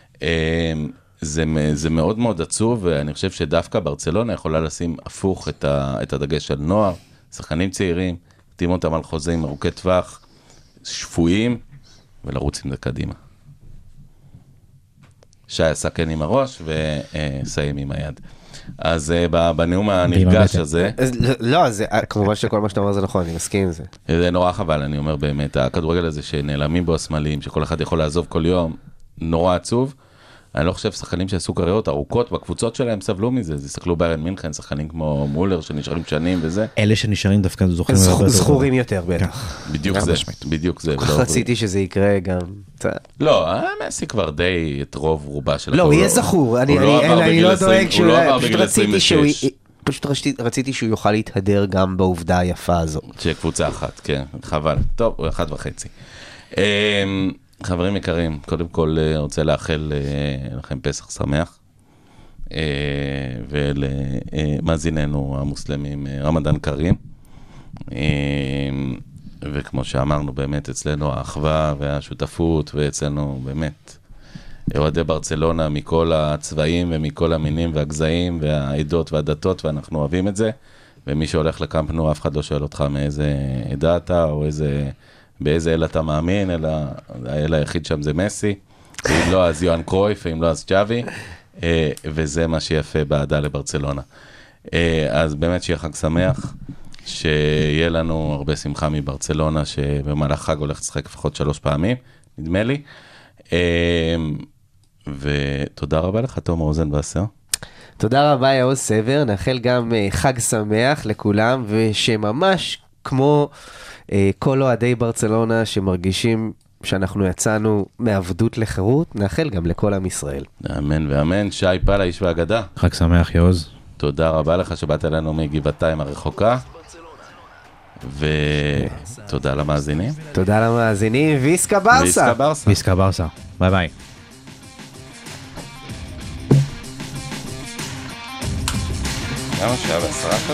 זה, זה מאוד מאוד עצוב, ואני חושב שדווקא ברצלונה יכולה לשים הפוך את, ה, את הדגש של נוער, שחקנים צעירים, תימו אותם על חוזים ארוכי טווח, שפויים, ולרוץ עם זה קדימה. שי עשה כן עם הראש, וסיים עם היד. אז בנאום הנרגש הזה... לא, כמובן שכל מה שאתה אומר זה נכון, אני מסכים עם זה. זה נורא חבל, אני אומר באמת, הכדורגל הזה שנעלמים בו הסמלים, שכל אחד יכול לעזוב כל יום, נורא עצוב. אני לא חושב שחקנים שעשו קריירות ארוכות בקבוצות שלהם סבלו מזה, זה הסתכלו ביירן מינכן, שחקנים כמו מולר שנשארים שנים וזה. אלה שנשארים דווקא זוכרים זכורים יותר בטח. בדיוק זה, בדיוק זה. רציתי שזה יקרה גם. לא, מסי כבר די את רוב רובה של לא, הוא יהיה זכור, אני לא דואג, פשוט רציתי שהוא יוכל להתהדר גם בעובדה היפה הזו. שקבוצה אחת, כן, חבל. טוב, הוא אחד וחצי. חברים יקרים, קודם כל רוצה לאחל לכם פסח שמח, ולמאזיננו המוסלמים רמדאן קרים, וכמו שאמרנו באמת אצלנו האחווה והשותפות, ואצלנו באמת אוהדי ברצלונה מכל הצבעים ומכל המינים והגזעים והעדות והדתות, ואנחנו אוהבים את זה, ומי שהולך לקמפ נו, אף אחד לא שואל אותך מאיזה עדה אתה או איזה... באיזה אל אתה מאמין, אלא האל היחיד שם זה מסי, ואם לא אז יוהאן קרויף, ואם לא אז צ'אבי, וזה מה שיפה בעדה לברצלונה. אז באמת שיהיה חג שמח, שיהיה לנו הרבה שמחה מברצלונה, שבמהלך חג הולך לשחק לפחות שלוש פעמים, נדמה לי, ותודה רבה לך, תום רוזנווסר. תודה רבה, יעוז סבר, נאחל גם חג שמח לכולם, ושממש כמו... כל אוהדי ברצלונה שמרגישים שאנחנו יצאנו מעבדות לחירות, נאחל גם לכל עם ישראל. אמן ואמן. שי פאלה, איש והגדה. חג שמח, יעוז. תודה רבה לך שבאת אלינו מגבעתיים הרחוקה, ותודה למאזינים. תודה למאזינים, ויסקה ברסה. ויסקה ברסה. ויסקה ברסה. ביי ביי. כמה שעה ועשרה?